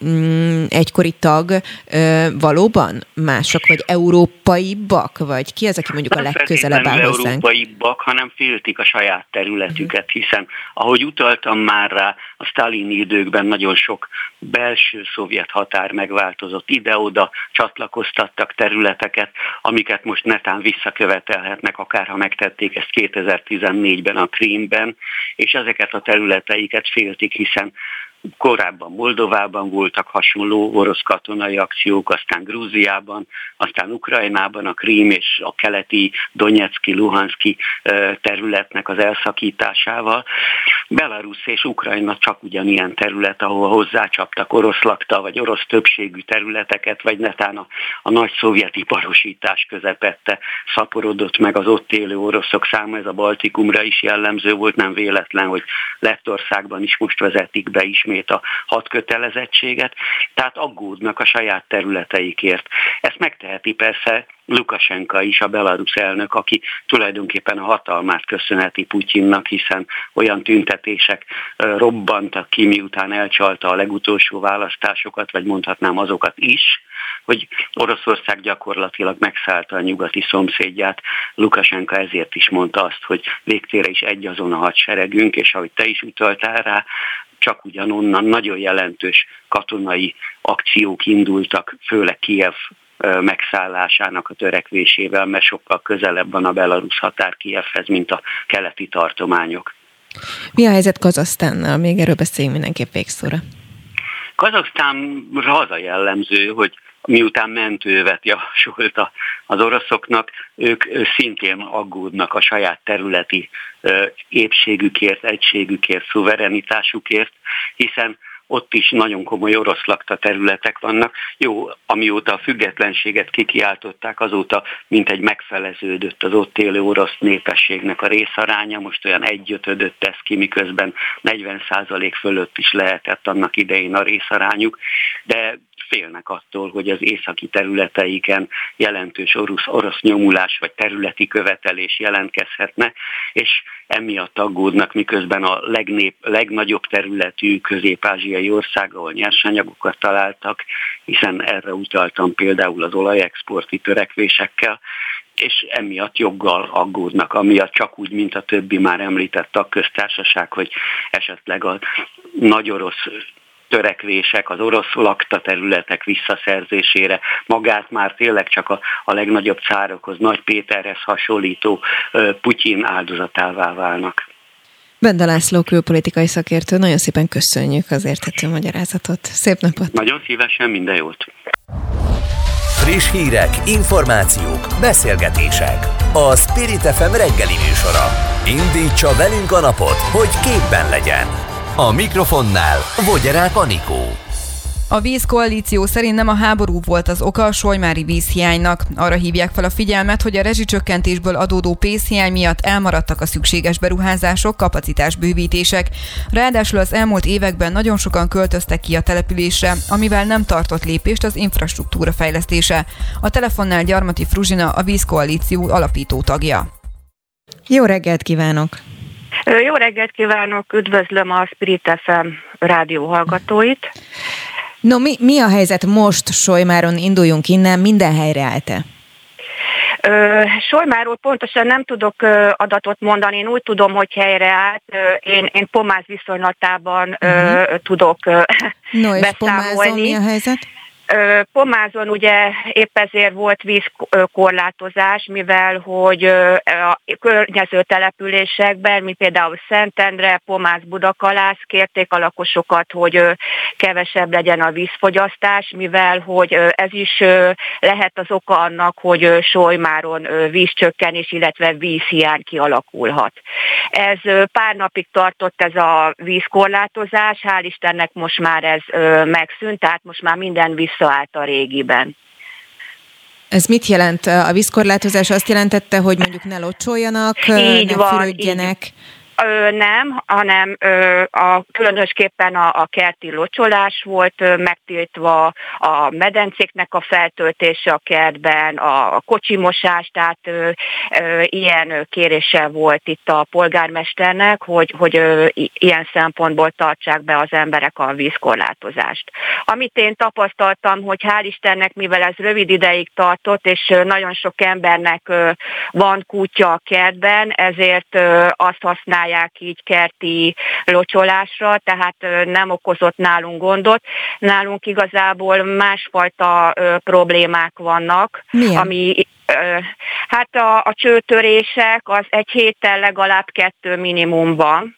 m, egykori tag ö, valóban mások, vagy európaibbak? Vagy ki az, aki mondjuk a legközelebb áll hozzánk? Nem európaibbak, hanem féltik a saját területüket, hiszen ahogy utaltam már rá, a sztálini időkben nagyon sok belső szovjet határ megváltozott, ide-oda csatlakoztattak területeket, amiket most netán visszakövetelhetnek, akár ha megtették ezt kétezer-tizennégyben a Krímben, és ezeket a területeiket féltik, hiszen korábban Moldovában voltak hasonló orosz katonai akciók, aztán Grúziában, aztán Ukrajnában a Krím és a keleti Donetszki, Luhanszki területnek az elszakításával. Belarus és Ukrajna csak ugyanilyen terület, ahol hozzácsaptak orosz lakta, vagy orosz többségű területeket, vagy netán a, a nagy szovjet iparosítás közepette szaporodott meg az ott élő oroszok száma. Ez a Baltikumra is jellemző volt, nem véletlen, hogy Lettországban is most vezetik be ismét a hat kötelezettséget, tehát aggódnak a saját területeikért. Ezt megteheti persze Lukasenka is, a belarusz elnök, aki tulajdonképpen a hatalmát köszönheti Putyinnak, hiszen olyan tüntetések robbantak ki, miután elcsalta a legutolsó választásokat, vagy mondhatnám azokat is, hogy Oroszország gyakorlatilag megszállta a nyugati szomszédját. Lukasenka ezért is mondta azt, hogy végtére is egy azon a hadseregünk, és ahogy te is utaltál rá, csak ugyanonnan nagyon jelentős katonai akciók indultak, főleg Kijev megszállásának a törekvésével, mert sokkal közelebb van a belarusz határ Kijevhez, mint a keleti tartományok. Mi a helyzet Kazahsztánnal? Még erről beszéljünk mindenképp végszóra. Kazahsztánra az a jellemző, hogy miután mentővet javasolt az oroszoknak, ők szintén aggódnak a saját területi épségükért, egységükért, szuverenitásukért, hiszen ott is nagyon komoly orosz lakta területek vannak. Jó, amióta a függetlenséget kikiáltották, azóta mintegy megfeleződött az ott élő orosz népességnek a részaránya, most olyan egyötödöt tesz ki, miközben negyven százalék fölött is lehetett annak idején a részarányuk, de félnek attól, hogy az északi területeiken jelentős orosz, orosz nyomulás vagy területi követelés jelentkezhetne, és emiatt aggódnak, miközben a legnép, legnagyobb területű közép-ázsiai ország, ahol nyersanyagokat találtak, hiszen erre utaltam például az olajexporti törekvésekkel, és emiatt joggal aggódnak, amiatt csak úgy, mint a többi már említett tagköztársaság, hogy esetleg a nagy orosz törekvések az orosz lakta területek visszaszerzésére, magát már tényleg csak a, a legnagyobb cárokhoz, Nagy Péterhez hasonlító Putyin áldozatává válnak. Benda László külpolitikai szakértő, nagyon szépen köszönjük az érthető magyarázatot. Szép napot! Nagyon szívesen, minden jót! Friss hírek, információk, beszélgetések. A Spirit ef em reggeli műsora. Indítsa velünk a napot, hogy képben legyen. A mikrofonnál Vogyarák Anikó. A vízkoalíció szerint nem a háború volt az oka a solymári vízhiánynak. Arra hívják fel a figyelmet, hogy a rezsicsökkentésből adódó pénzhiány miatt elmaradtak a szükséges beruházások, kapacitásbővítések. Ráadásul az elmúlt években nagyon sokan költöztek ki a településre, amivel nem tartott lépést az infrastruktúra fejlesztése. A telefonnál Gyarmati Fruzsina, a vízkoalíció alapító tagja. Jó reggelt kívánok! Jó reggelt kívánok, üdvözlöm a Spirit ef em rádió hallgatóit. No, mi, mi a helyzet most Solymáron? Induljunk innen, minden helyreállt-e? Solymáról pontosan nem tudok adatot mondani, én úgy tudom, hogy helyreállt. Én, én Pomáz viszonylatában uh-huh. tudok no, és beszámolni. Pomázon mi a helyzet? Pomázon ugye épp ezért volt vízkorlátozás, mivel hogy a környező településekben, mint például Szentendre, Pomáz, Budakalász kérték a lakosokat, hogy kevesebb legyen a vízfogyasztás, mivel hogy ez is lehet az oka annak, hogy Solymáron vízcsökkenés, illetve vízhiány kialakulhat. Ez pár napig tartott ez a vízkorlátozás, hál' Istennek most már ez megszűnt, tehát most már minden visszaállt a régiben. Ez mit jelent? A vízkorlátozás azt jelentette, hogy mondjuk ne locsoljanak, így ne van, fürödjenek? Így. Ö, nem, hanem ö, a, különösképpen a, a kerti locsolás volt ö, megtiltva, a medencéknek a feltöltése a kertben, a, a kocsimosás, tehát ö, ö, ilyen kérése volt itt a polgármesternek, hogy, hogy ö, ilyen szempontból tartsák be az emberek a vízkorlátozást. Amit én tapasztaltam, hogy hál' Istennek, mivel ez rövid ideig tartott, és ö, nagyon sok embernek ö, van kutya a kertben, ezért ö, azt használják így kerti locsolásra, tehát nem okozott nálunk gondot. Nálunk igazából másfajta ö, problémák vannak. Milyen? Ami ö, hát a, a csőtörések az egy héttel legalább kettő minimum van.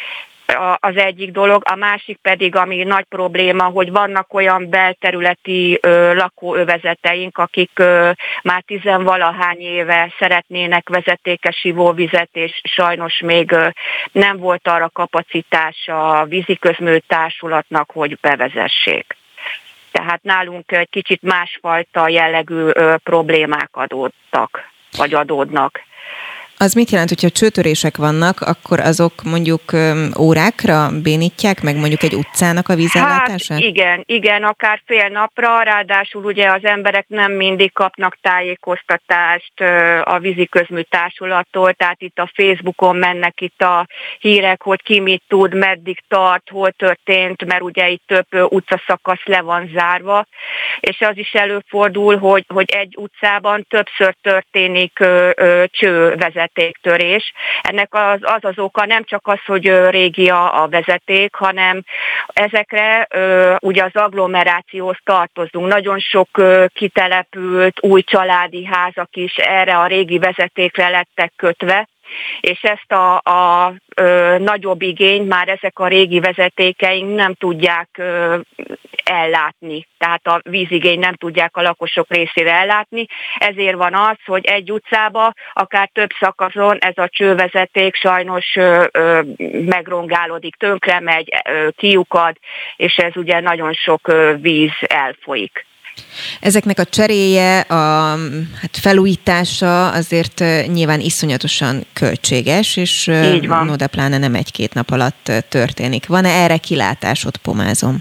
Az egyik dolog, a másik pedig, ami nagy probléma, hogy vannak olyan belterületi ö, lakóövezeteink, akik ö, már tizenvalahány éve szeretnének vezetékes ivóvizet, és sajnos még ö, nem volt arra kapacitás a víziközmű társulatnak, hogy bevezessék. Tehát nálunk egy kicsit másfajta jellegű ö, problémák adódtak, vagy adódnak. Az mit jelent, hogyha csőtörések vannak, akkor azok mondjuk órákra bénítják meg mondjuk egy utcának a vízellátását? Hát igen, igen, akár fél napra, ráadásul ugye az emberek nem mindig kapnak tájékoztatást a víziközmű társulattól, tehát itt a Facebookon mennek itt a hírek, hogy ki mit tud, meddig tart, hol történt, mert ugye itt több utcaszakasz le van zárva, és az is előfordul, hogy, hogy egy utcában többször történik ö, ö, csővezetés. vezetéktörés. Ennek az, az az oka nem csak az, hogy régi a, a vezeték, hanem ezekre ugye az agglomerációhoz tartozunk. Nagyon sok kitelepült új családi házak is erre a régi vezetékre lettek kötve, és ezt a, a ö, nagyobb igényt már ezek a régi vezetékeink nem tudják ö, ellátni, tehát a vízigényt nem tudják a lakosok részére ellátni, ezért van az, hogy egy utcába, akár több szakaszon ez a csővezeték sajnos ö, ö, megrongálódik, tönkre megy, ö, kiukad, és ez ugye nagyon sok ö, víz elfolyik. Ezeknek a cseréje, a hát felújítása azért nyilván iszonyatosan költséges, és oda pláne nem egy-két nap alatt történik. Van-e erre kilátásod Pomázon?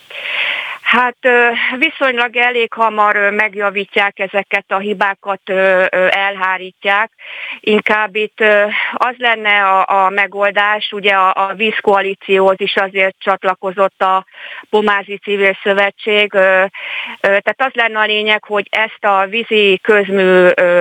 Hát viszonylag elég hamar megjavítják ezeket a hibákat, elhárítják. Inkább itt az lenne a, a megoldás, ugye a, a vízkoalícióhoz is azért csatlakozott a Pomázi Civil Szövetség. Tehát az lenne a lényeg, hogy ezt a vízi közmű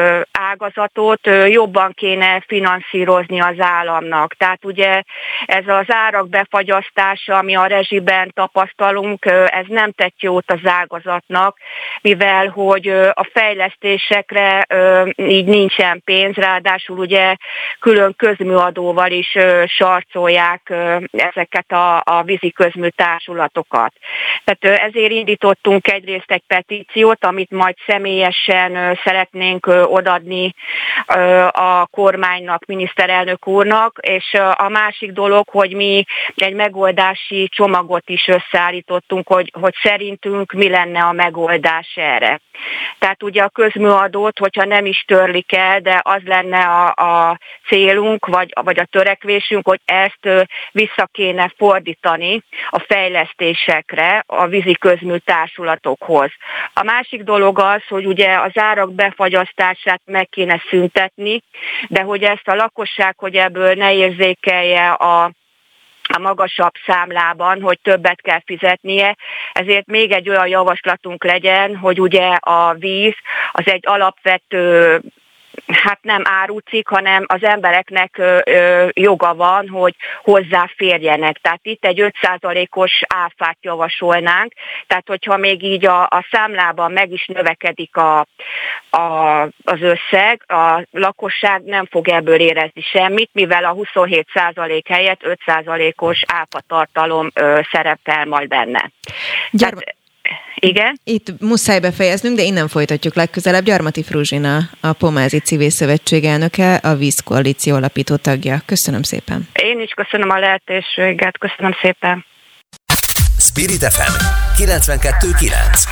ágazatot jobban kéne finanszírozni az államnak. Tehát ugye ez az árak befagyasztása, ami a rezsiben tapasztalunk, ez nem tett jót az ágazatnak, mivel hogy a fejlesztésekre így nincsen pénz, ráadásul ugye külön közműadóval is sarcolják ezeket a, a vízi közmű társulatokat. Tehát ezért indítottunk egyrészt egy petíciót, amit majd személyesen szeretnénk odaadni a kormánynak, miniszterelnök úrnak, és a másik dolog, hogy mi egy megoldási csomagot is összeállítottunk, hogy, hogy szerintünk mi lenne a megoldás erre. Tehát ugye a közműadót, hogyha nem is törlik el, de az lenne a, a célunk, vagy, vagy a törekvésünk, hogy ezt vissza kéne fordítani a fejlesztésekre, a vízi közmű társulatokhoz. A másik dolog az, hogy ugye az árak befagyasztását meg kéne szüntetni, de hogy ezt a lakosság, hogy ebből ne érzékelje a a magasabb számlában, hogy többet kell fizetnie, ezért még egy olyan javaslatunk legyen, hogy ugye a víz az egy alapvető, hát nem árucik, hanem az embereknek ö, ö, joga van, hogy hozzáférjenek. Tehát itt egy öt százalékos áfát javasolnánk, tehát hogyha még így a, a számlában meg is növekedik a, a, az összeg, a lakosság nem fog ebből érezni semmit, mivel a huszonhét százalék helyett öt százalékos áfatartalom ö, szerepel majd benne. Gyarma... Tehát, igen? Itt muszáj befejeznünk, de innen folytatjuk legközelebb. Gyarmati Fruzsina, a Pomázi Civil Szövetség elnöke, a Vízkoalíció alapító tagja. Köszönöm szépen. Én is köszönöm a lehetőséget, köszönöm szépen. Spirit ef em kilencvenkettő kilenc.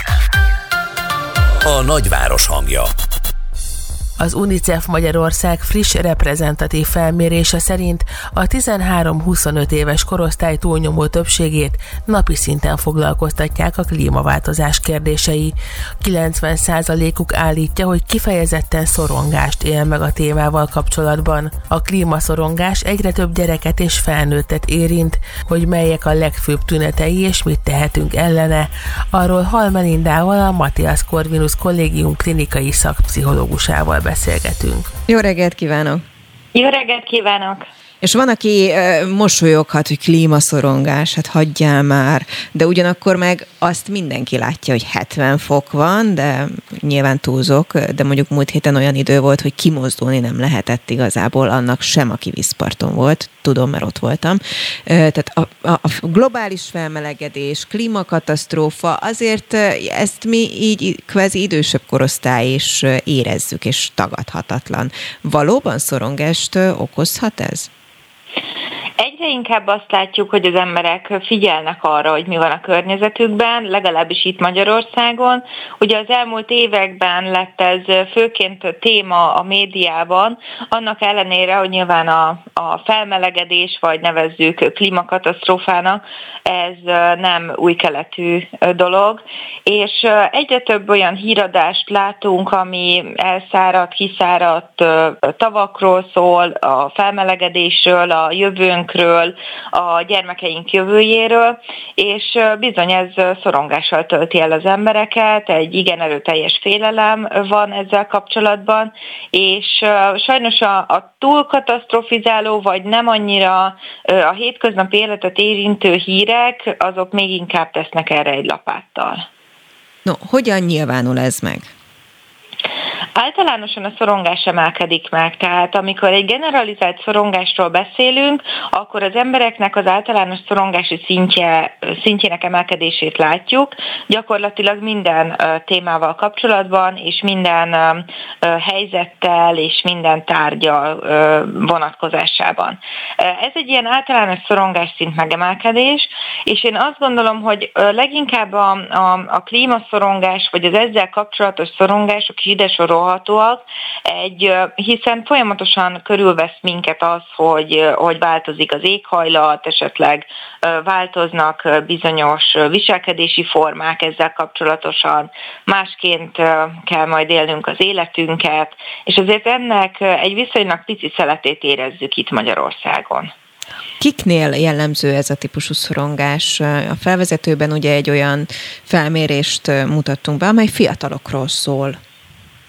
A nagyváros hangja. Az UNICEF Magyarország friss reprezentatív felmérése szerint a tizenhárom-huszonöt éves korosztály túlnyomó többségét napi szinten foglalkoztatják a klímaváltozás kérdései. kilencven százalékuk állítja, hogy kifejezetten szorongást él meg a témával kapcsolatban. A klímaszorongás egyre több gyereket és felnőttet érint, hogy melyek a legfőbb tünetei és mit tehetünk ellene. Arról Hall Melindával, a Matthias Corvinus Kollégium klinikai szakpszichológusával beszélgetünk. Jó reggelt kívánok! Jó reggelt kívánok! És van, aki uh, mosolyoghat, hogy klímaszorongás, hát hagyjál már, de ugyanakkor meg azt mindenki látja, hogy hetven fok van, de nyilván túlzok, de mondjuk múlt héten olyan idő volt, hogy kimozdulni nem lehetett igazából annak sem, aki vízparton volt, tudom, mert ott voltam. Uh, tehát a, a, a globális felmelegedés, klímakatasztrófa, azért uh, ezt mi így kvázi idősebb korosztály is uh, érezzük, és tagadhatatlan. Valóban szorongást uh, okozhat ez? Egyre inkább azt látjuk, hogy az emberek figyelnek arra, hogy mi van a környezetükben, legalábbis itt Magyarországon. Ugye az elmúlt években lett ez főként téma a médiában, annak ellenére, hogy nyilván a, a felmelegedés, vagy nevezzük klímakatasztrófának, ez nem új keletű dolog, és egyre több olyan híradást látunk, ami elszáradt, kiszáradt tavakról szól, a felmelegedésről, a jövőnkről, a gyermekeink jövőjéről, és bizony ez szorongással tölti el az embereket, egy igen erőteljes félelem van ezzel kapcsolatban, és sajnos a, a túl katasztrofizáló, vagy nem annyira a hétköznapi életet érintő hírek, azok még inkább tesznek erre egy lapáttal. No, hogyan nyilvánul ez meg? Általánosan a szorongás emelkedik meg, tehát amikor egy generalizált szorongásról beszélünk, akkor az embereknek az általános szorongási szintje, szintjének emelkedését látjuk, gyakorlatilag minden témával kapcsolatban, és minden helyzettel, és minden tárgyal vonatkozásában. Ez egy ilyen általános szorongás szint megemelkedés, és én azt gondolom, hogy leginkább a, a, a klímaszorongás, vagy az ezzel kapcsolatos szorongások ide sorolhatóak, egy, hiszen folyamatosan körülvesz minket az, hogy, hogy változik az éghajlat, esetleg változnak bizonyos viselkedési formák ezzel kapcsolatosan, másként kell majd élnünk az életünket, és azért ennek egy viszonylag pici szeletét érezzük itt Magyarországon. Kiknél jellemző ez a típusú szorongás? A felvezetőben ugye egy olyan felmérést mutattunk be, amely fiatalokról szól.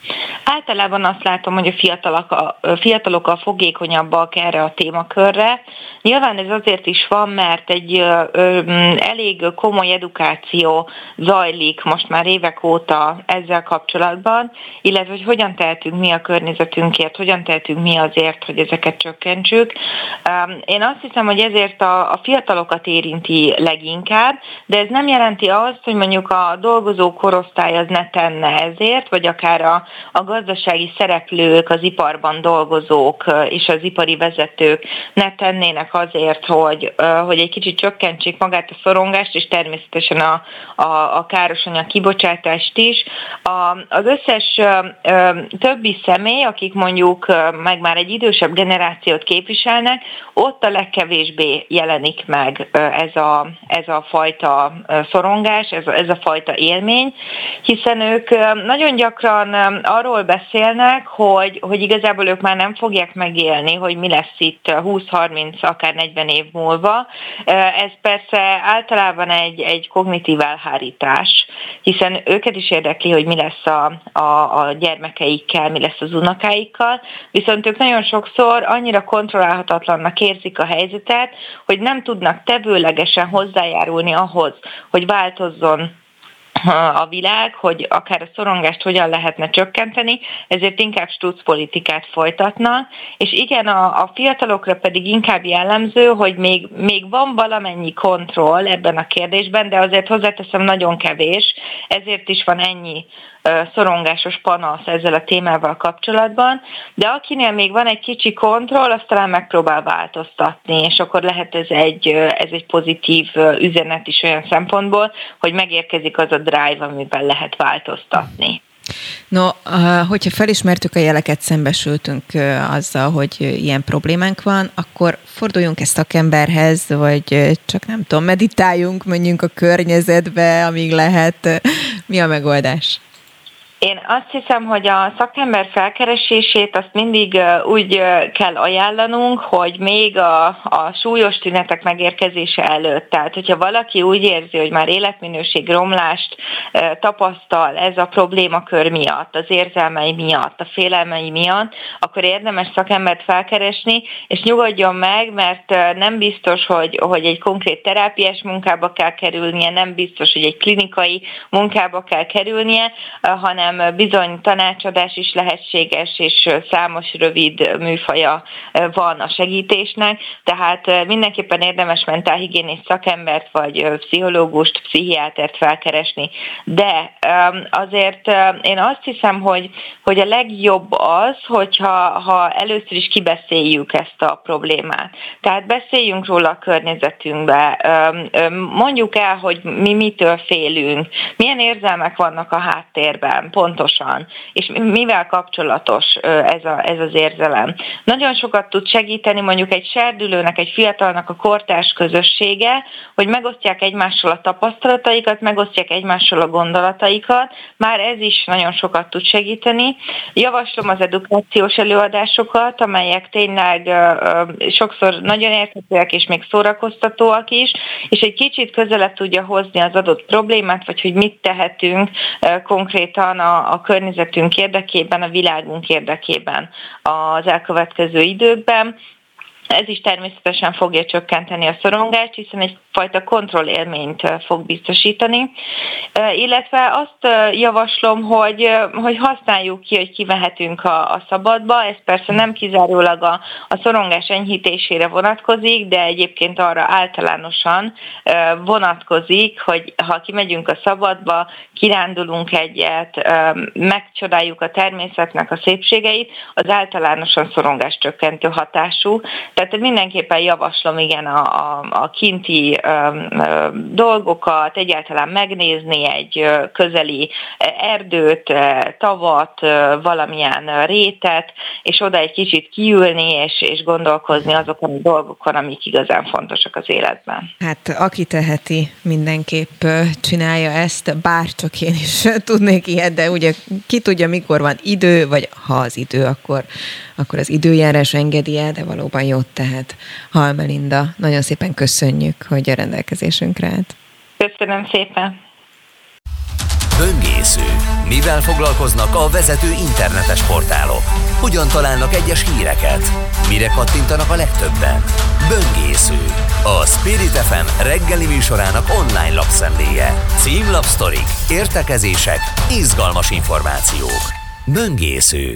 általában azt látom, hogy a fiatalok, a fiatalokkal fogékonyabbak erre a témakörre. Nyilván ez azért is van, mert egy ö, ö, elég komoly edukáció zajlik most már évek óta ezzel kapcsolatban, illetve hogy hogyan tehetünk mi a környezetünkért, hogyan tehetünk mi azért, hogy ezeket csökkentsük. Én azt hiszem, hogy ezért a, a fiatalokat érinti leginkább, de ez nem jelenti azt, hogy mondjuk a dolgozó korosztály az ne tenne ezért, vagy akár a, a gazdasági szereplők, az iparban dolgozók és az ipari vezetők ne tennének azért, hogy, hogy egy kicsit csökkentsék magát a szorongást, és természetesen a, a, a károsanyag kibocsátást is. A, az összes ö, többi személy, akik mondjuk meg már egy idősebb generációt képviselnek, ott a legkevésbé jelenik meg ez a, ez a fajta szorongás, ez a, ez a fajta élmény, hiszen ők nagyon gyakran arról beszélnek, hogy, hogy igazából ők már nem fogják megélni, hogy mi lesz itt húsz-harminc, akár negyven év múlva. Ez persze általában egy, egy kognitív elhárítás, hiszen őket is érdekli, hogy mi lesz a, a, a gyermekeikkel, mi lesz az unokáikkal, viszont ők nagyon sokszor annyira kontrollálhatatlannak érzik a helyzetet, hogy nem tudnak tevőlegesen hozzájárulni ahhoz, hogy változzon a világ, hogy akár a szorongást hogyan lehetne csökkenteni, ezért inkább struccpolitikát folytatnak, és igen, a, a fiatalokra pedig inkább jellemző, hogy még, még van valamennyi kontroll ebben a kérdésben, de azért hozzáteszem nagyon kevés, ezért is van ennyi szorongásos panasz ezzel a témával kapcsolatban, de akinél még van egy kicsi kontroll, azt talán megpróbál változtatni, és akkor lehet ez egy, ez egy pozitív üzenet is olyan szempontból, hogy megérkezik az a drive, amiben lehet változtatni. No, hogyha felismertük a jeleket, szembesültünk azzal, hogy ilyen problémánk van, akkor forduljunk ezt szakemberhez, vagy csak nem tudom, meditáljunk, menjünk a környezetbe, amíg lehet. Mi a megoldás? Én azt hiszem, hogy a szakember felkeresését azt mindig úgy kell ajánlanunk, hogy még a, a súlyos tünetek megérkezése előtt. Tehát, hogyha valaki úgy érzi, hogy már életminőségromlást tapasztal ez a problémakör miatt, az érzelmei miatt, a félelmei miatt, akkor érdemes szakembert felkeresni, és nyugodjon meg, mert nem biztos, hogy, hogy egy konkrét terápiás munkába kell kerülnie, nem biztos, hogy egy klinikai munkába kell kerülnie, hanem bizony tanácsadás is lehetséges, és számos rövid műfaja van a segítésnek, tehát mindenképpen érdemes mentálhigiénés szakembert, vagy pszichológust, pszichiátert felkeresni. De azért én azt hiszem, hogy, hogy a legjobb az, hogyha ha először is kibeszéljük ezt a problémát. Tehát beszéljünk róla a környezetünkbe, mondjuk el, hogy mi mitől félünk, milyen érzelmek vannak a háttérben, pontosan, és mivel kapcsolatos ez, a, ez az érzelem. Nagyon sokat tud segíteni mondjuk egy serdülőnek, egy fiatalnak a kortárs közössége, hogy megosztják egymással a tapasztalataikat, megosztják egymással a gondolataikat, már ez is nagyon sokat tud segíteni. Javaslom az edukációs előadásokat, amelyek tényleg uh, sokszor nagyon érthetőek és még szórakoztatóak is, és egy kicsit közelebb tudja hozni az adott problémát, vagy hogy mit tehetünk uh, konkrétan a, a környezetünk érdekében, a világunk érdekében az elkövetkező időkben. Ez is természetesen fogja csökkenteni a szorongást, hiszen egyfajta kontrollélményt fog biztosítani. Illetve azt javaslom, hogy, hogy használjuk ki, hogy kivehetünk a, a szabadba. Ez persze nem kizárólag a, a szorongás enyhítésére vonatkozik, de egyébként arra általánosan vonatkozik, hogy ha kimegyünk a szabadba, kirándulunk egyet, megcsodáljuk a természetnek a szépségeit, az általánosan szorongás csökkentő hatású. Tehát mindenképpen javaslom igen a, a, a kinti ö, ö, dolgokat, egyáltalán megnézni egy ö, közeli erdőt, tavat, ö, valamilyen rétet, és oda egy kicsit kiülni, és, és gondolkozni azokon a dolgokon, amik igazán fontosak az életben. Hát aki teheti, mindenképp csinálja ezt, bár csak én is tudnék ilyet, de ugye ki tudja, mikor van idő, vagy ha az idő, akkor, akkor az időjárás engedi el, de valóban jót tehet. Hall Melinda, nagyon szépen köszönjük, hogy a rendelkezésünkre állt. Köszönöm szépen. Böngész Böngésző. Mivel foglalkoznak a vezető internetes portálok? Hogyan találnak egyes híreket? Mire kattintanak a legtöbben? Böngésző. A Spirit ef em reggeli műsorának online lapszemléje. Címlapsztorik, értekezések, izgalmas információk. Böngésző.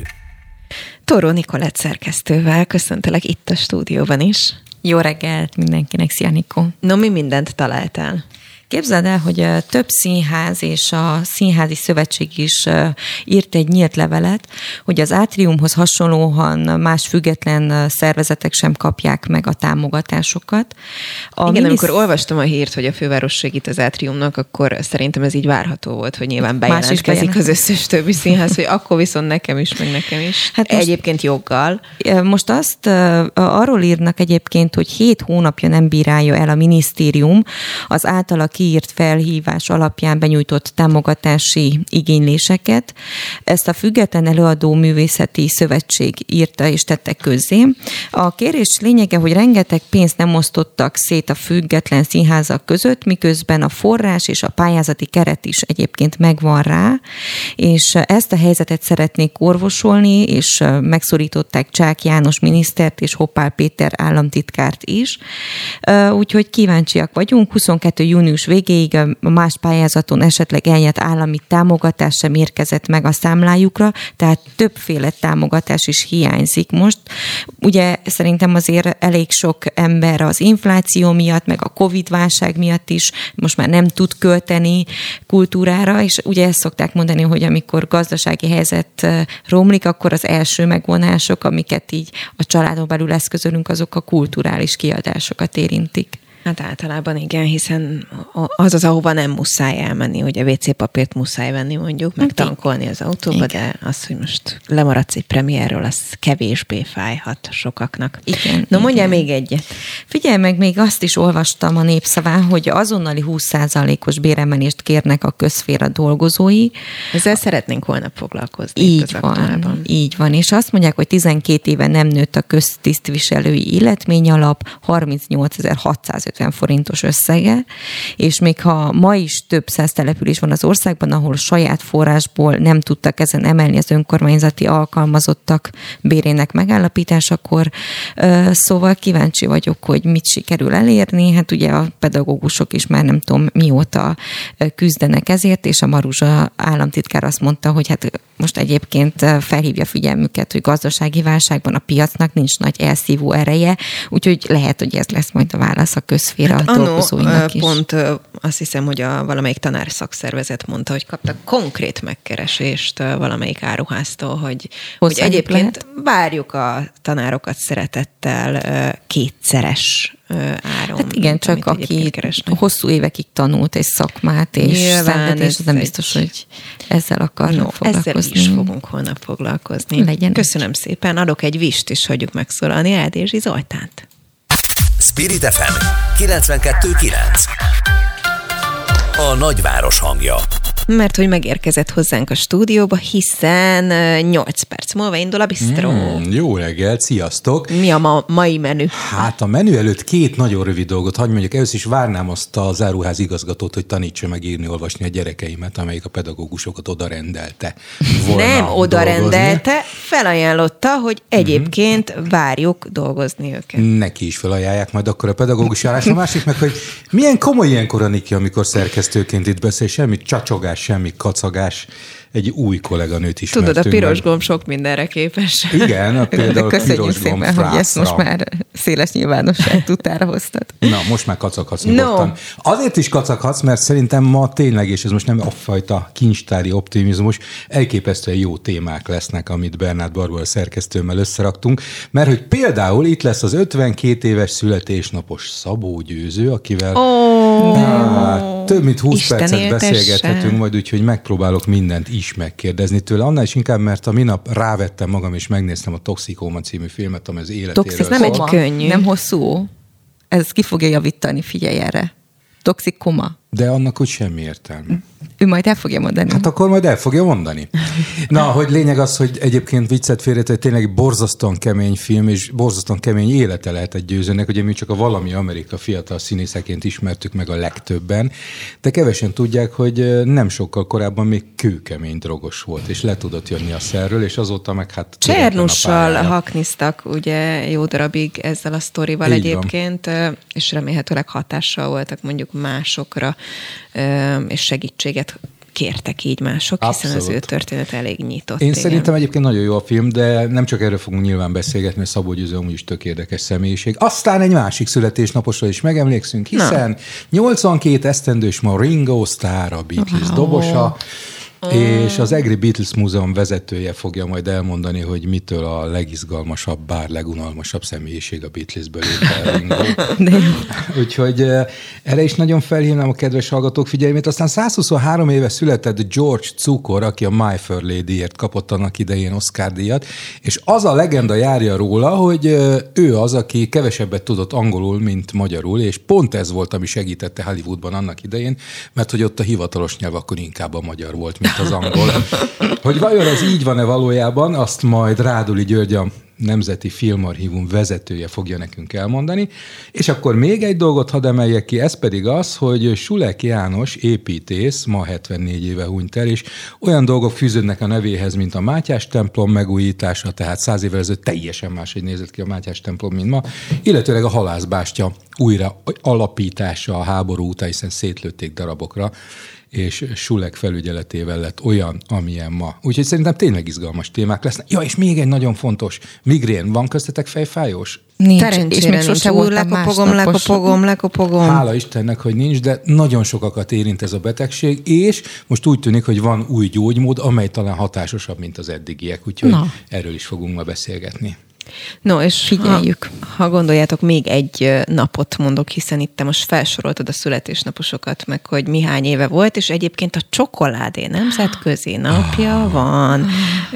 Toró Nikolett szerkesztővel köszöntelek itt a stúdióban is. Jó reggelt mindenkinek, szia Nikó! No, mi mindent találtál? Képzeld el, hogy több színház és a Színházi Szövetség is írt egy nyílt levelet, hogy az Átriumhoz hasonlóan más független szervezetek sem kapják meg a támogatásokat. A Igen, minisz... amikor olvastam a hírt, hogy a főváros segít az Átriumnak, akkor szerintem ez így várható volt, hogy nyilván bejelentkezik az összes többi színház, hogy akkor viszont nekem is, meg nekem is. Hát most, egyébként joggal. Most azt arról írnak egyébként, hogy hét hónapja nem bírálja el a minisztérium az általa kiírt felhívás alapján benyújtott támogatási igényléseket. Ezt a Független Előadó Művészeti Szövetség írta és tette közzé. A kérés lényege, hogy rengeteg pénzt nem osztottak szét a független színházak között, miközben a forrás és a pályázati keret is egyébként megvan rá, és ezt a helyzetet szeretnék orvosolni, és megszorították Csák János minisztert és Hoppál Péter államtitkárt is. Úgyhogy kíváncsiak vagyunk. huszonkettő június végéig a más pályázaton esetleg elnyert állami támogatás sem érkezett meg a számlájukra, tehát többféle támogatás is hiányzik most. Ugye szerintem azért elég sok ember az infláció miatt, meg a Covid-válság miatt is most már nem tud költeni kultúrára, és ugye ezt szokták mondani, hogy amikor gazdasági helyzet romlik, akkor az első megvonások, amiket így a családon belül eszközölünk, azok a kulturális kiadásokat érintik. Hát általában igen, hiszen az az, ahova nem muszáj elmenni, hogy a vé cé papírt muszáj venni mondjuk, meg tankolni az autóba, igen. De az, hogy most lemaradsz egy premierről, az kevésbé fájhat sokaknak. Igen. No, mondjál még egyet. Figyelj meg, még azt is olvastam a Népszaván, hogy azonnali húsz százalékos béremelést kérnek a közszféra dolgozói. Ezzel szeretnénk holnap foglalkozni. Így van, így van, és azt mondják, hogy tizenkét éve nem nőtt a köztisztviselői illetményalap, harmincnyolcezer-hatszázötven forintos összege, és még ha ma is több száz település van az országban, ahol saját forrásból nem tudtak ezen emelni az önkormányzati alkalmazottak bérének megállapításakor, szóval kíváncsi vagyok, hogy mit sikerül elérni. Hát ugye a pedagógusok is már nem tudom mióta küzdenek ezért, és a Maruzsa államtitkár azt mondta, hogy hát most egyébként felhívja figyelmüket, hogy gazdasági válságban a piacnak nincs nagy elszívó ereje, úgyhogy lehet, hogy ez lesz majd a válasz a közszféra hát dolgozóinak is. Pont azt hiszem, hogy a valamelyik tanár szakszervezet mondta, hogy kaptak konkrét megkeresést valamelyik áruháztól, hogy, hogy egyébként lehet? Várjuk a tanárokat szeretettel kétszeres áron. Hát igen, csak aki hosszú évekig tanult egy szakmát, és szenvedés, nem biztos, egy... hogy ezzel akarnak no, foglalkozni. Ezzel is fogunk holnap foglalkozni. Legyen. Köszönöm szépen, adok egy vist, és hagyjuk megszólalni Eldézsi Zoltánt. Spirit ef em kilencvenkettő kilenc. A nagyváros hangja. Mert hogy megérkezett hozzánk a stúdióba, hiszen nyolc perc múlva indul a bistró. Mm, jó reggelt, sziasztok! Mi a ma- mai menü? Hát a menü előtt két nagyon rövid dolgot, hagyj mondjuk, először is várnám azt az áruház igazgatót, hogy tanítsa meg írni, olvasni a gyerekeimet, amelyik a pedagógusokat oda rendelte. Nem oda rendelte, felajánlotta, hogy egyébként mm-hmm. várjuk dolgozni őket. Neki is felajánlják majd akkor a pedagógus állás. A másik meg, hogy milyen komoly ilyenkor a Niki, amikor szerkesztőként itt beszél, semmi csacsogás, semmi kacagás, egy új kolléganőt ismertünk. Tudod, a piros gomb sok mindenre képes. Igen, a például a piros gomb frászra. Hogy ezt most már széles nyilvánosság tudtára hoztad. Na, most már kacaghatsz nyugodtan. No. Azért is kacaghatsz, mert szerintem ma tényleg, és ez most nem a fajta kincstári optimizmus, elképesztően jó témák lesznek, amit Bernát Barbara szerkesztőmmel összeraktunk, mert hogy például itt lesz az ötvenkét éves születésnapos Szabó Győző, akivel oh. hát, több mint húsz Isten percet éltesse. beszélgethetünk majd, úgyhogy megpróbálok mindent is megkérdezni tőle. Annál is inkább, mert a minap rávettem magam, és megnéztem a Toxikóma című filmet, ami az életéről Toxik, ez nem egy könnyű. Nem hosszú. Ez ki fogja javítani, figyelj erre. Toxikóma. De annak úgy semmi értelme. Ő majd el fogja mondani. Hát akkor majd el fogja mondani. Na, hogy lényeg az, hogy egyébként viccet félretett, tényleg borzasztóan kemény film, és borzasztóan kemény élete lehet egy győzőnek, ugye mi csak a Valami Amerika fiatal színészeként ismertük meg a legtöbben, de kevesen tudják, hogy nem sokkal korábban még kőkemény drogos volt, és le tudott jönni a szerről, és azóta meg hát... Csernussal hakniztak ugye jó darabig ezzel a sztorival Így egyébként, van. És remélhetőleg hatással voltak mondjuk másokra, és segítséget kértek így mások, hiszen Abszolút. Az ő történet elég nyitott. Én igen. szerintem egyébként nagyon jó a film, de nem csak erről fogunk nyilván beszélgetni, mert Szabó Győző úgyis tök érdekes személyiség. Aztán egy másik születésnaposra is megemlékszünk, hiszen Na. nyolcvankét esztendős ma Ringo Starr, a Beatles wow. dobosa, és az Egri Beatles Múzeum vezetője fogja majd elmondani, hogy mitől a legizgalmasabb, bár legunalmasabb személyiség a Beatlesből éppen Ringo. Úgyhogy erre is nagyon felhívnám a kedves hallgatók figyelmét. Aztán százhuszonhárom éve született George Cukor, aki a My Fair Ladyért kapott annak idején Oscar-díjat, és az a legenda járja róla, hogy ő az, aki kevesebbet tudott angolul, mint magyarul, és pont ez volt, ami segítette Hollywoodban annak idején, mert hogy ott a hivatalos nyelv akkor inkább a magyar volt, mint az angol. Hogy vajon ez így van-e valójában, azt majd Ráduli György, a Nemzeti Filmarchívum vezetője fogja nekünk elmondani. És akkor még egy dolgot hadd emeljek ki, ez pedig az, hogy Sulek János építész, ma hetvennégy éve hunyt el, és olyan dolgok fűződnek a nevéhez, mint a Mátyás templom megújítása, tehát száz évvel ezelőtt teljesen máshogy nézett ki a Mátyás templom, mint ma, illetőleg a halászbástya újra alapítása a háború után, hiszen szétlőtték darabokra, és Sulek felügyeletével lett olyan, amilyen ma. Úgyhogy szerintem tényleg izgalmas témák lesznek. Ja, és még egy nagyon fontos, migrén. Van köztetek fejfájós? Nincs. Szerencsére és nincs. Úr, lekopogom, lekopogom, lekopogom. Hála Istennek, hogy nincs, de nagyon sokakat érint ez a betegség, és most úgy tűnik, hogy van új gyógymód, amely talán hatásosabb, mint az eddigiek. Úgyhogy Na. erről is fogunk ma beszélgetni. No, és figyeljük, ha, ha gondoljátok, még egy napot mondok, hiszen itt te most felsoroltad a születésnaposokat, meg hogy mi hány éve volt, és egyébként a csokoládé nemzetközi napja van,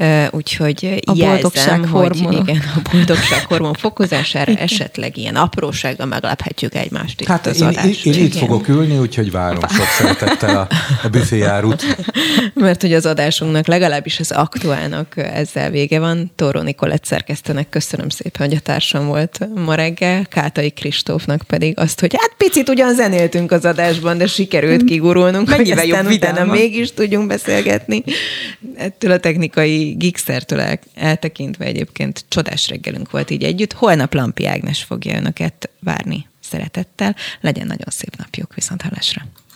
úgyhogy a boldogság hormon. Igen, a boldogság hormon fokozására esetleg ilyen aprósággal meglephetjük egymást itt hát az én, adás. Én, én itt fogok ülni, úgyhogy várom sok szeretettel a, a büféjárút. Mert hogy az adásunknak, legalábbis az aktuálnak ezzel vége van. Tóró Nikolett szerkesztőnek köszönöm szépen, hogy a társam volt ma reggel, Kátai Kristófnak pedig azt, hogy hát picit ugyan zenéltünk az adásban, de sikerült kigurulnunk, hogy aztán utána mégis tudjunk beszélgetni. Ettől a technikai gigszertől el, eltekintve egyébként csodás reggelünk volt így együtt. Holnap Lampi Ágnes fogja önöket várni szeretettel. Legyen nagyon szép napjuk, viszont hallásra.